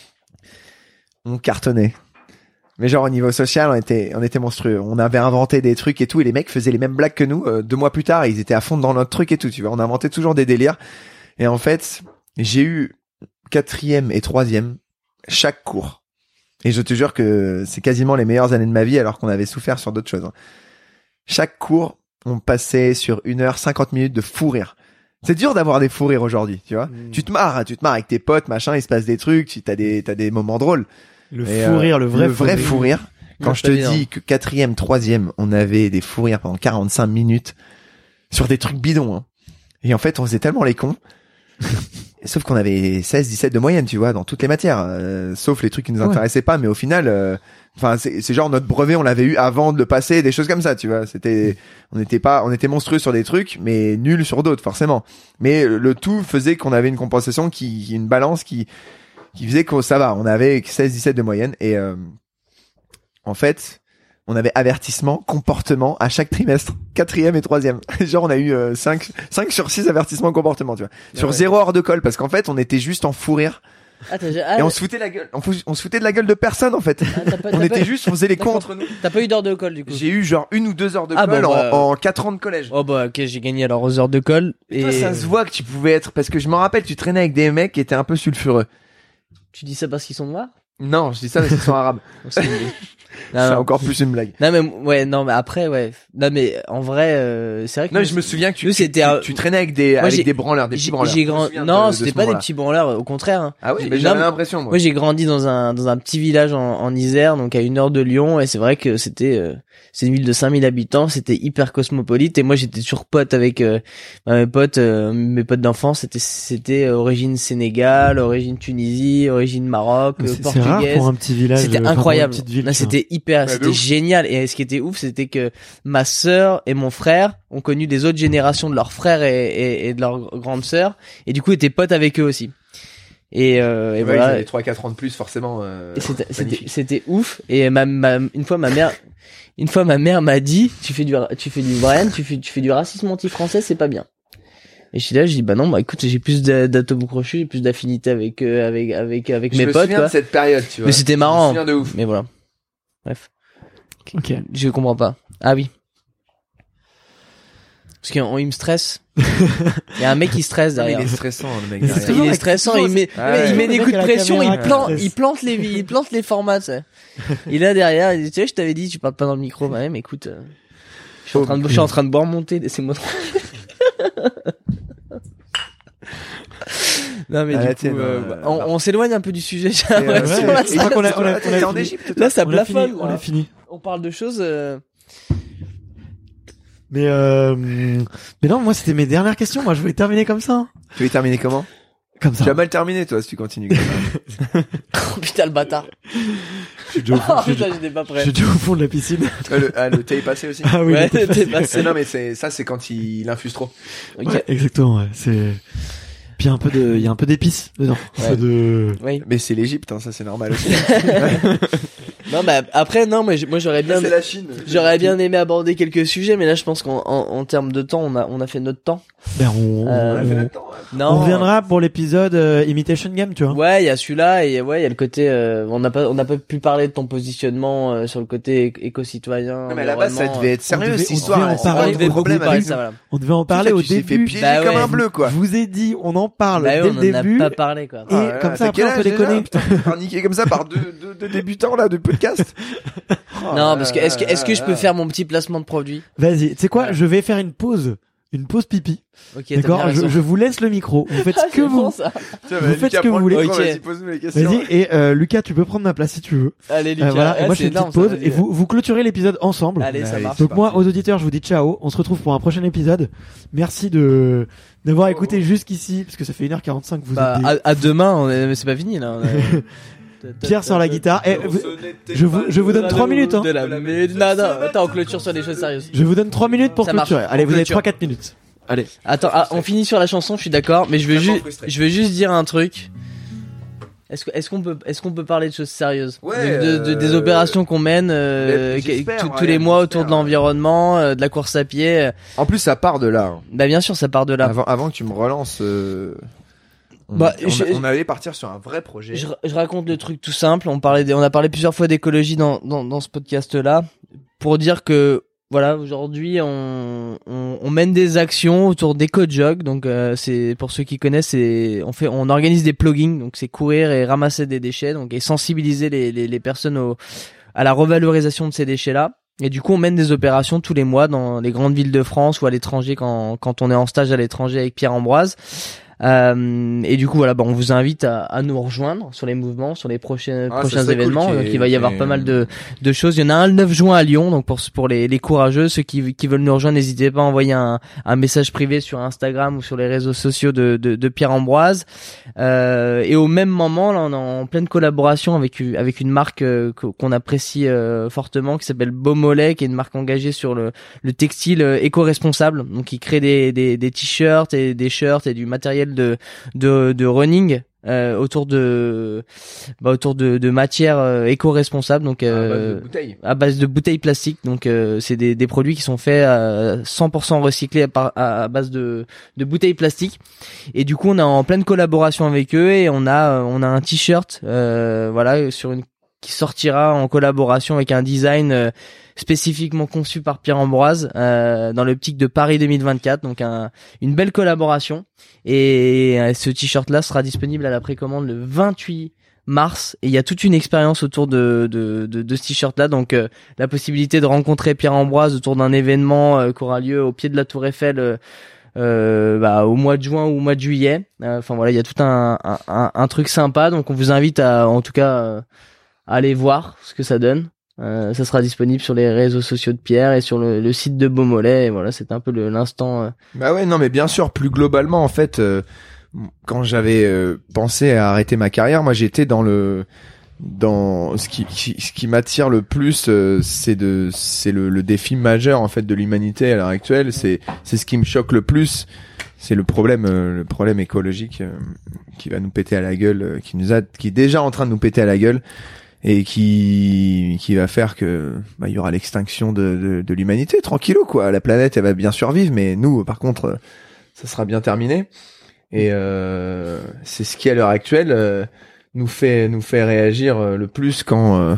on cartonnait. Mais genre au niveau social, on était monstrueux. On avait inventé des trucs et tout, et les mecs faisaient les mêmes blagues que nous. 2 mois plus tard, ils étaient à fond dans notre truc et tout, tu vois. On inventait toujours des délires. Et en fait, j'ai eu 4e et 3e chaque cours. Et je te jure que c'est quasiment les meilleures années de ma vie, alors qu'on avait souffert sur d'autres choses. Chaque cours, on passait sur 1h 50 minutes de fou rire. C'est dur d'avoir des fous rires aujourd'hui, tu vois. Tu te marres avec tes potes, machin, il se passe des trucs, t'as des moments drôles. Le fou rire, le vrai fou rire. Quand je te dis que 4e, 3e, on avait des fous rires pendant 45 minutes sur des trucs bidons, hein. Et en fait, on faisait tellement les cons. Sauf qu'on avait 16, 17 de moyenne, tu vois, dans toutes les matières. Sauf les trucs qui nous intéressaient pas, mais au final, c'est genre notre brevet, on l'avait eu avant de le passer, des choses comme ça, tu vois. On était monstrueux sur des trucs, mais nuls sur d'autres, forcément. Mais le tout faisait qu'on avait une compensation une balance qui faisait que ça va, on avait 16, 17 de moyenne, et, en fait, on avait avertissement, comportement à chaque trimestre, 4e et 3e. Genre, on a eu 5 sur 6 avertissements comportement, tu vois. Sur 0 heure de colle, parce qu'en fait, on était juste en fou rire. Et on se foutait la gueule. On se foutait de la gueule de personne, en fait. On faisait les cons entre nous. T'as pas eu d'heure de colle, du coup? J'ai eu genre 1 ou 2 heures de colle en 4 ans de collège. Oh bah, ok, j'ai gagné alors aux heures de colle. Et toi, ça se voit que tu pouvais être, parce que je me rappelle, tu traînais avec des mecs qui étaient un peu sulfureux. Tu dis ça parce qu'ils sont noirs? Non, je dis ça parce qu'ils sont arabes. C'est encore plus une blague. Non mais après non mais en vrai c'est vrai que je me souviens que tu traînais avec des branleurs, des petits branleurs. Non, c'était pas des petits branleurs, au contraire. Hein. Ah oui, mais j'avais l'impression moi. Moi j'ai grandi dans un petit village en Isère, donc à 1 heure de Lyon, et c'est vrai que c'est une ville de 5000 habitants, c'était hyper cosmopolite, et moi j'étais toujours pote avec mes potes d'enfance, c'était origine Sénégal, origine Tunisie, origine Maroc, portugaise. C'est rare pour un petit village. C'était incroyable. C'était c'était génial, et ce qui était ouf, c'était que ma sœur et mon frère ont connu des autres générations de leurs frères et de leurs grandes sœurs, et du coup étaient potes avec eux aussi. Et voilà. Ils avaient 3-4 ans de plus, forcément. C'était ouf. Et une fois ma mère m'a dit, tu fais du racisme anti-français, c'est pas bien. Et je suis là, je dis bah non, bah écoute, j'ai plus d'atomes crochus, j'ai plus d'affinité avec mes potes. Je me souviens de cette période, tu vois. Mais c'était marrant. Je me souviens de ouf. Mais voilà. Bref. Ok. Je comprends pas. Ah oui. Parce qu'il me stresse. Il y a un mec qui stresse derrière. Il est stressant, le mec. Il est stressant, il met des coups de pression, il plante les formats, tu sais. Il est derrière, il dit, tu sais, je t'avais dit, tu parles pas dans le micro. Bah, mais écoute, je suis en train de boire mon thé, laissez-moi tranquille. Non mais du coup, on s'éloigne un peu du sujet. J'ai l'impression. On est en Égypte. Là, ça plafonne. On a fini. On parle de choses. Mais non, moi c'était mes dernières questions. Moi je voulais terminer comme ça. Tu veux terminer comment? Comme ça. Tu vas mal terminer toi si tu continues comme ça. Oh putain le bâtard. Je suis déjà au fond. J'étais pas prêt. Je suis déjà au fond de la piscine. Le thé est passé aussi. Ah oui. Ouais, le thé est passé. Non mais c'est quand il infuse trop. Okay. Ouais, exactement. Ouais. C'est. Puis il y a un peu d'épices dedans. Ouais. Oui. Mais c'est l'Égypte, hein, ça c'est normal aussi. Non, bah après non, mais moi j'aurais bien. C'est la Chine. J'aurais bien aimé aborder quelques sujets, mais là je pense qu'en termes de temps, on a fait notre temps. Ben On a fait notre temps. Non. On reviendra pour l'épisode Imitation Game, tu vois. Ouais, il y a celui-là, et ouais, il y a le côté. On n'a pas pu parler de ton positionnement sur le côté éco-citoyen. Non mais à la base ça devait être sérieux cette histoire. On devait beaucoup parler de ça, voilà. On devait en parler au début. Tu t'es fait piéger comme un bleu quoi. Je vous ai dit, on en parle dès le début. début. On n'a pas parlé quoi. Et comme ça après on peut déconner. Putain, niqué comme ça par deux débutants là de podcast. Non, parce que est-ce que je peux faire mon petit placement de produit? Vas-y, tu sais quoi, je vais faire une pause pipi. Ok, d'accord, je vous laisse le micro. Vous faites ce que vous faites ce que vous voulez. Vas-y, et Lucas, tu peux prendre ma place si tu veux. Allez Lucas, voilà, et moi je fais une petite pause et vous clôturez l'épisode ensemble. Allez, ça marche. Donc moi aux auditeurs, je vous dis ciao, on se retrouve pour un prochain épisode. Merci d'avoir écouté jusqu'ici parce que ça fait 1h45 que vous êtes à demain, mais c'est pas fini là. Pierre sur la guitare. Et je vous donne 3 minutes. Hein. Non, attends, on clôture sur des choses sérieuses. Je vous donne 3 minutes pour ça clôturer. Marche. Allez, vous avez 3-4 minutes. Allez. Attends, on finit sur la chanson, je suis d'accord, mais je veux juste dire un truc. Est-ce qu'on peut parler de choses sérieuses? Des opérations qu'on mène tous les mois autour de l'environnement, de la course à pied. En plus, ça part de là. Bah bien sûr, ça part de là. Avant que tu me relances, on allait partir sur un vrai projet. Je raconte le truc tout simple. On a parlé plusieurs fois d'écologie dans ce podcast-là pour dire que voilà, aujourd'hui on mène des actions autour d'éco-jog. Donc c'est pour ceux qui connaissent, on organise des plugging, donc c'est courir et ramasser des déchets, donc et sensibiliser les personnes à la revalorisation de ces déchets-là. Et du coup, on mène des opérations tous les mois dans les grandes villes de France ou à l'étranger quand on est en stage à l'étranger avec Pierre-Ambroise. Et du coup voilà, on vous invite à nous rejoindre sur les mouvements, sur les prochains événements. Cool, donc il va y avoir pas mal de choses. Il y en a un le 9 juin à Lyon, donc pour les courageux, ceux qui veulent nous rejoindre, n'hésitez pas à envoyer un message privé sur Instagram ou sur les réseaux sociaux de Pierre-Ambroise. Et au même moment, là, on est en pleine collaboration avec une marque qu'on apprécie fortement, qui s'appelle Beaumolet, qui est une marque engagée sur le textile éco-responsable. Donc il crée des t-shirts et des shirts et du matériel de running autour de matières éco-responsables, donc à base de bouteilles plastiques. Donc c'est des produits qui sont faits 100% recyclés à base de bouteilles plastiques. Et du coup on est en pleine collaboration avec eux et on a un t-shirt qui sortira en collaboration avec un design spécifiquement conçu par Pierre-Ambroise dans l'optique de Paris 2024. Donc une belle collaboration. Et ce t-shirt là sera disponible à la précommande le 28 mars. Et il y a toute une expérience autour de ce t-shirt là. Donc la possibilité de rencontrer Pierre-Ambroise autour d'un événement qui aura lieu au pied de la Tour Eiffel au mois de juin ou au mois de juillet. Enfin voilà, il y a tout un truc sympa. Donc on vous invite à aller voir ce que ça donne. Ça sera disponible sur les réseaux sociaux de Pierre et sur le site de Beaumolet. Et voilà, c'est un peu l'instant. Bah ouais, non, mais bien sûr, plus globalement, en fait, quand j'avais pensé à arrêter ma carrière, moi, j'étais dans ce qui m'attire le plus, c'est le défi majeur en fait de l'humanité à l'heure actuelle. C'est ce qui me choque le plus. C'est le problème écologique qui va nous péter à la gueule, qui est déjà en train de nous péter à la gueule. Et qui va faire que il y aura l'extinction de l'humanité tranquillou quoi. La planète elle va bien survivre, mais nous par contre ça sera bien terminé. Et c'est ce qui à l'heure actuelle nous fait réagir le plus quand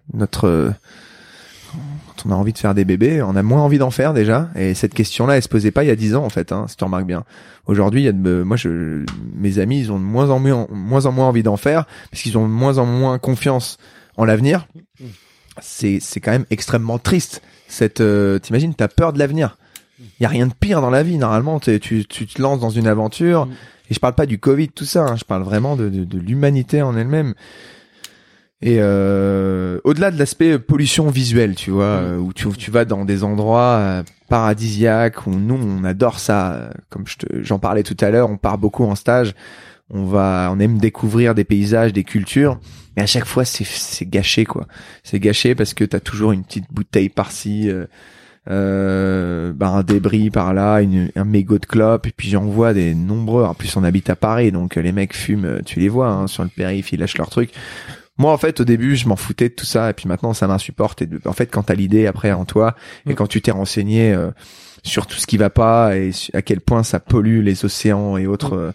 on a envie de faire des bébés, on a moins envie d'en faire déjà. Et cette question-là, elle se posait pas il y a 10 ans en fait, si tu remarques bien. Aujourd'hui, mes amis, ils ont de moins en moins envie d'en faire parce qu'ils ont de moins en moins confiance en l'avenir. C'est quand même extrêmement triste. T'imagines, t'as peur de l'avenir. Il y a rien de pire dans la vie. Normalement, tu te lances dans une aventure. Et je parle pas du Covid, tout ça. Je parle vraiment de l'humanité en elle-même. Et au-delà de l'aspect pollution visuelle, tu vois, où tu vas dans des endroits paradisiaques, où nous on adore ça, comme j'en parlais tout à l'heure, on part beaucoup en stage, on aime découvrir des paysages, des cultures, mais à chaque fois c'est gâché quoi. C'est gâché parce que t'as toujours une petite bouteille par-ci, un débris par là, un mégot de clope, et puis j'en vois des nombreux. En plus on habite à Paris, donc les mecs fument, tu les vois sur le périph', ils lâchent leurs trucs. Moi, en fait, au début, je m'en foutais de tout ça, et puis maintenant, ça m'insupporte. Et en fait, quand t'as l'idée après en toi, et quand tu t'es renseigné sur tout ce qui va pas et à quel point ça pollue les océans et autres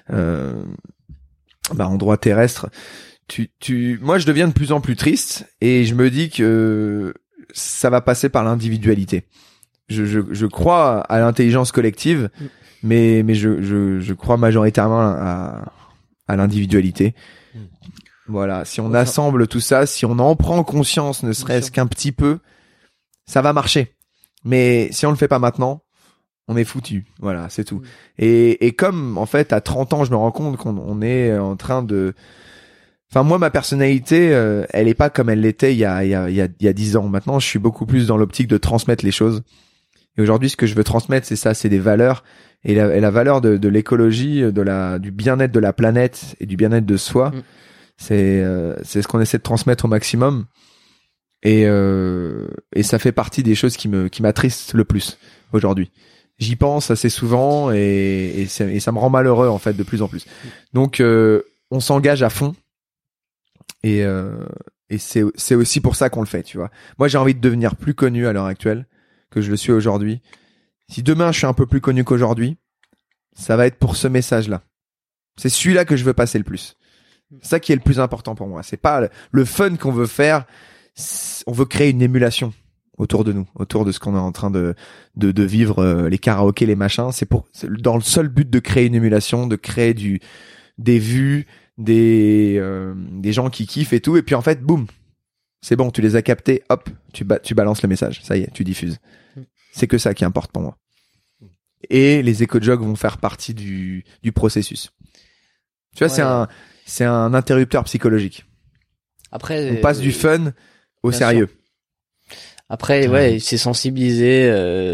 endroits terrestres, moi, je deviens de plus en plus triste, et je me dis que ça va passer par l'individualité. Je crois à l'intelligence collective, mais je crois majoritairement à l'individualité. Voilà, si on assemble tout ça, si on en prend conscience, ne serait-ce qu'un petit peu, ça va marcher. Mais si on le fait pas maintenant, on est foutu. Voilà, c'est tout. Et comme, en fait, à 30 ans, je me rends compte qu'on est en train de... Enfin, moi, ma personnalité, elle est pas comme elle l'était il y a 10 ans. Maintenant, je suis beaucoup plus dans l'optique de transmettre les choses. Et aujourd'hui, ce que je veux transmettre, c'est ça, c'est des valeurs. Et la valeur de l'écologie, du bien-être de la planète et du bien-être de soi. C'est ce qu'on essaie de transmettre au maximum, et ça fait partie des choses qui m'attristent le plus aujourd'hui. j'y pense assez souvent et ça me rend malheureux en fait de plus en plus. Donc on s'engage à fond et c'est aussi pour ça qu'on le fait, tu vois. Moi j'ai envie de devenir plus connu à l'heure actuelle que je le suis aujourd'hui. Si demain je suis un peu plus connu qu'aujourd'hui, ça va être pour ce message-là. C'est celui-là que je veux passer le plus. C'est ça qui est le plus important pour moi. C'est pas le fun qu'on veut faire. On veut créer une émulation autour de nous, autour de ce qu'on est en train de vivre, les karaokés, les machins. C'est dans le seul but de créer une émulation, de créer des vues, des gens qui kiffent et tout. Et puis en fait, boum, c'est bon, tu les as captés, hop, tu balances le message. Ça y est, tu diffuses. C'est que ça qui importe pour moi. Et les éco-jogs vont faire partie du processus. Tu vois, ouais. C'est un interrupteur psychologique. Après, on passe du fun au sérieux. Sûr. Après, ouais, c'est sensibiliser.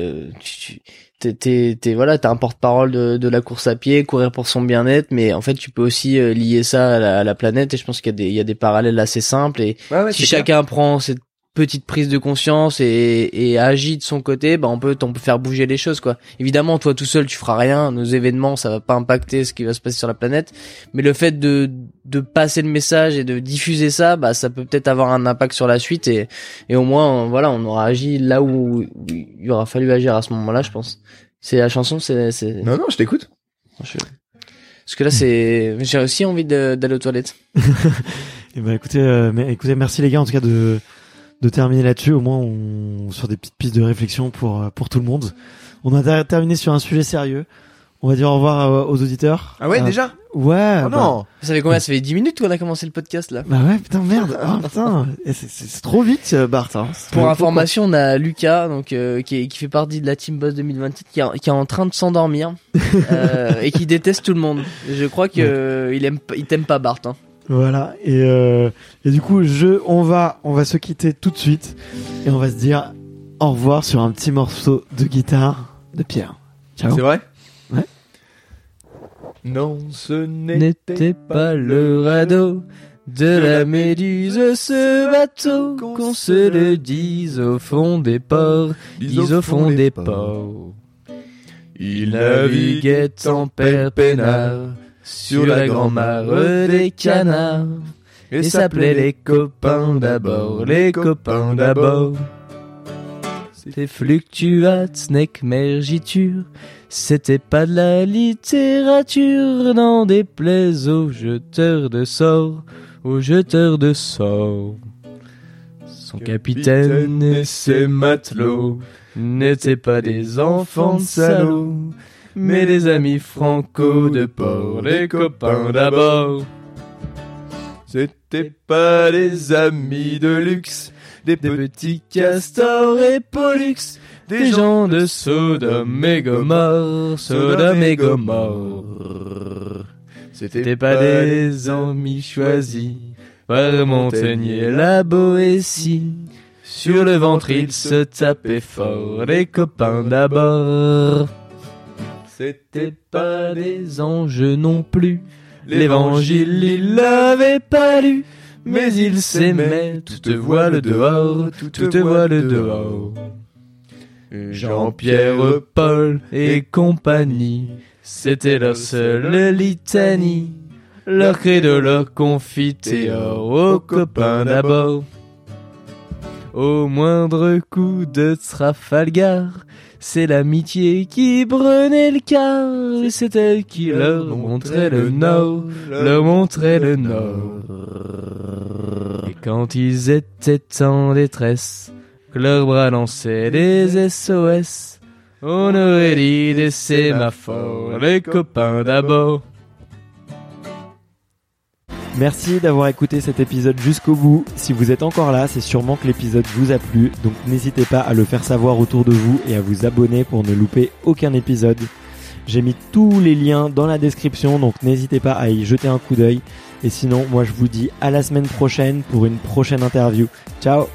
T'as un porte-parole de la course à pied, courir pour son bien-être, mais en fait, tu peux aussi lier ça à la planète. Et je pense qu'il y a des parallèles assez simples. Et si chacun prend cette petite prise de conscience et agit de son côté, on peut faire bouger les choses, quoi. Évidemment, toi tout seul, tu feras rien. Nos événements, ça va pas impacter ce qui va se passer sur la planète. Mais le fait de passer le message et de diffuser ça, ça peut peut-être avoir un impact sur la suite et au moins, on aura agi là où il aura fallu agir à ce moment-là, je pense. C'est la chanson, c'est... Non, je t'écoute. Parce que là, j'ai aussi envie d'aller aux toilettes. Et écoutez, merci les gars, en tout cas, de terminer là-dessus, au moins sur des petites pistes de réflexion pour tout le monde. On a terminé sur un sujet sérieux. On va dire au revoir aux auditeurs. Ah ouais, déjà? Ouais. Oh non. Ça fait combien? Ça fait 10 minutes qu'on a commencé le podcast, là. Bah ouais, putain, merde. Oh, putain. C'est trop vite, Bart. Hein. Pour information, on a Lucas, donc, qui fait partie de la Team Boss 2027, qui est en train de s'endormir, et qui déteste tout le monde. Je crois que il t'aime pas, Bart, hein. Voilà, et du coup, on va se quitter tout de suite et on va se dire au revoir sur un petit morceau de guitare de Pierre. Ciao. C'est vrai? Ouais. Non, ce n'était pas le radeau de la Méduse, ce bateau, qu'on se le dise au fond des ports, dise au fond des ports. Il naviguait en père peinard sur la grand-mare des canards, et s'appelait les copains d'abord, les copains d'abord. C'était Fluctuat, Snake, Mergiture, c'était pas de la littérature, n'en déplaise aux jeteurs de sorts, aux jeteurs de sorts. Son capitaine et ses matelots n'étaient pas des enfants de salauds, mais des amis franco de port, les copains d'abord. C'était pas des amis de luxe, des petits castors et pollux, des gens de Sodome et Gomorre, Sodome et Gomorre. C'était pas des amis choisis par Montaigne et la Boétie. Sur le ventre ils se tapaient fort, les copains d'abord. C'était pas des anges non plus, l'évangile ils l'avaient pas lu, mais ils s'aimaient, toutes voiles dehors, toutes voiles dehors. Jean-Pierre, Paul et compagnie, c'était leur seule litanie, leur credo, leur confiteor, aux copains d'abord. Au moindre coup de Trafalgar, c'est l'amitié qui prenait le quart, et c'est elle qui leur montrait le nord, leur montrait le nord. Et quand ils étaient en détresse, que leurs bras lançaient des SOS, on aurait dit des sémaphores, les copains d'abord. Merci d'avoir écouté cet épisode jusqu'au bout. Si vous êtes encore là, c'est sûrement que l'épisode vous a plu, donc n'hésitez pas à le faire savoir autour de vous et à vous abonner pour ne louper aucun épisode. J'ai mis tous les liens dans la description, donc n'hésitez pas à y jeter un coup d'œil. Et sinon, moi je vous dis à la semaine prochaine pour une prochaine interview. Ciao!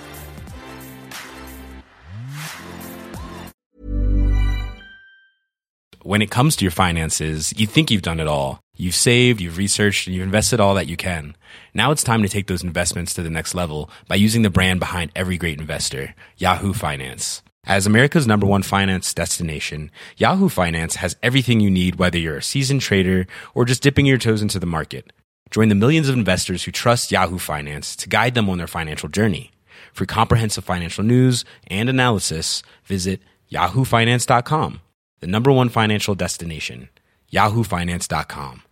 When it comes to your finances, you think you've done it all. You've saved, you've researched, and you've invested all that you can. Now it's time to take those investments to the next level by using the brand behind every great investor, Yahoo Finance. As America's #1 finance destination, Yahoo Finance has everything you need, whether you're a seasoned trader or just dipping your toes into the market. Join the millions of investors who trust Yahoo Finance to guide them on their financial journey. For comprehensive financial news and analysis, visit yahoofinance.com, the #1 financial destination, yahoofinance.com.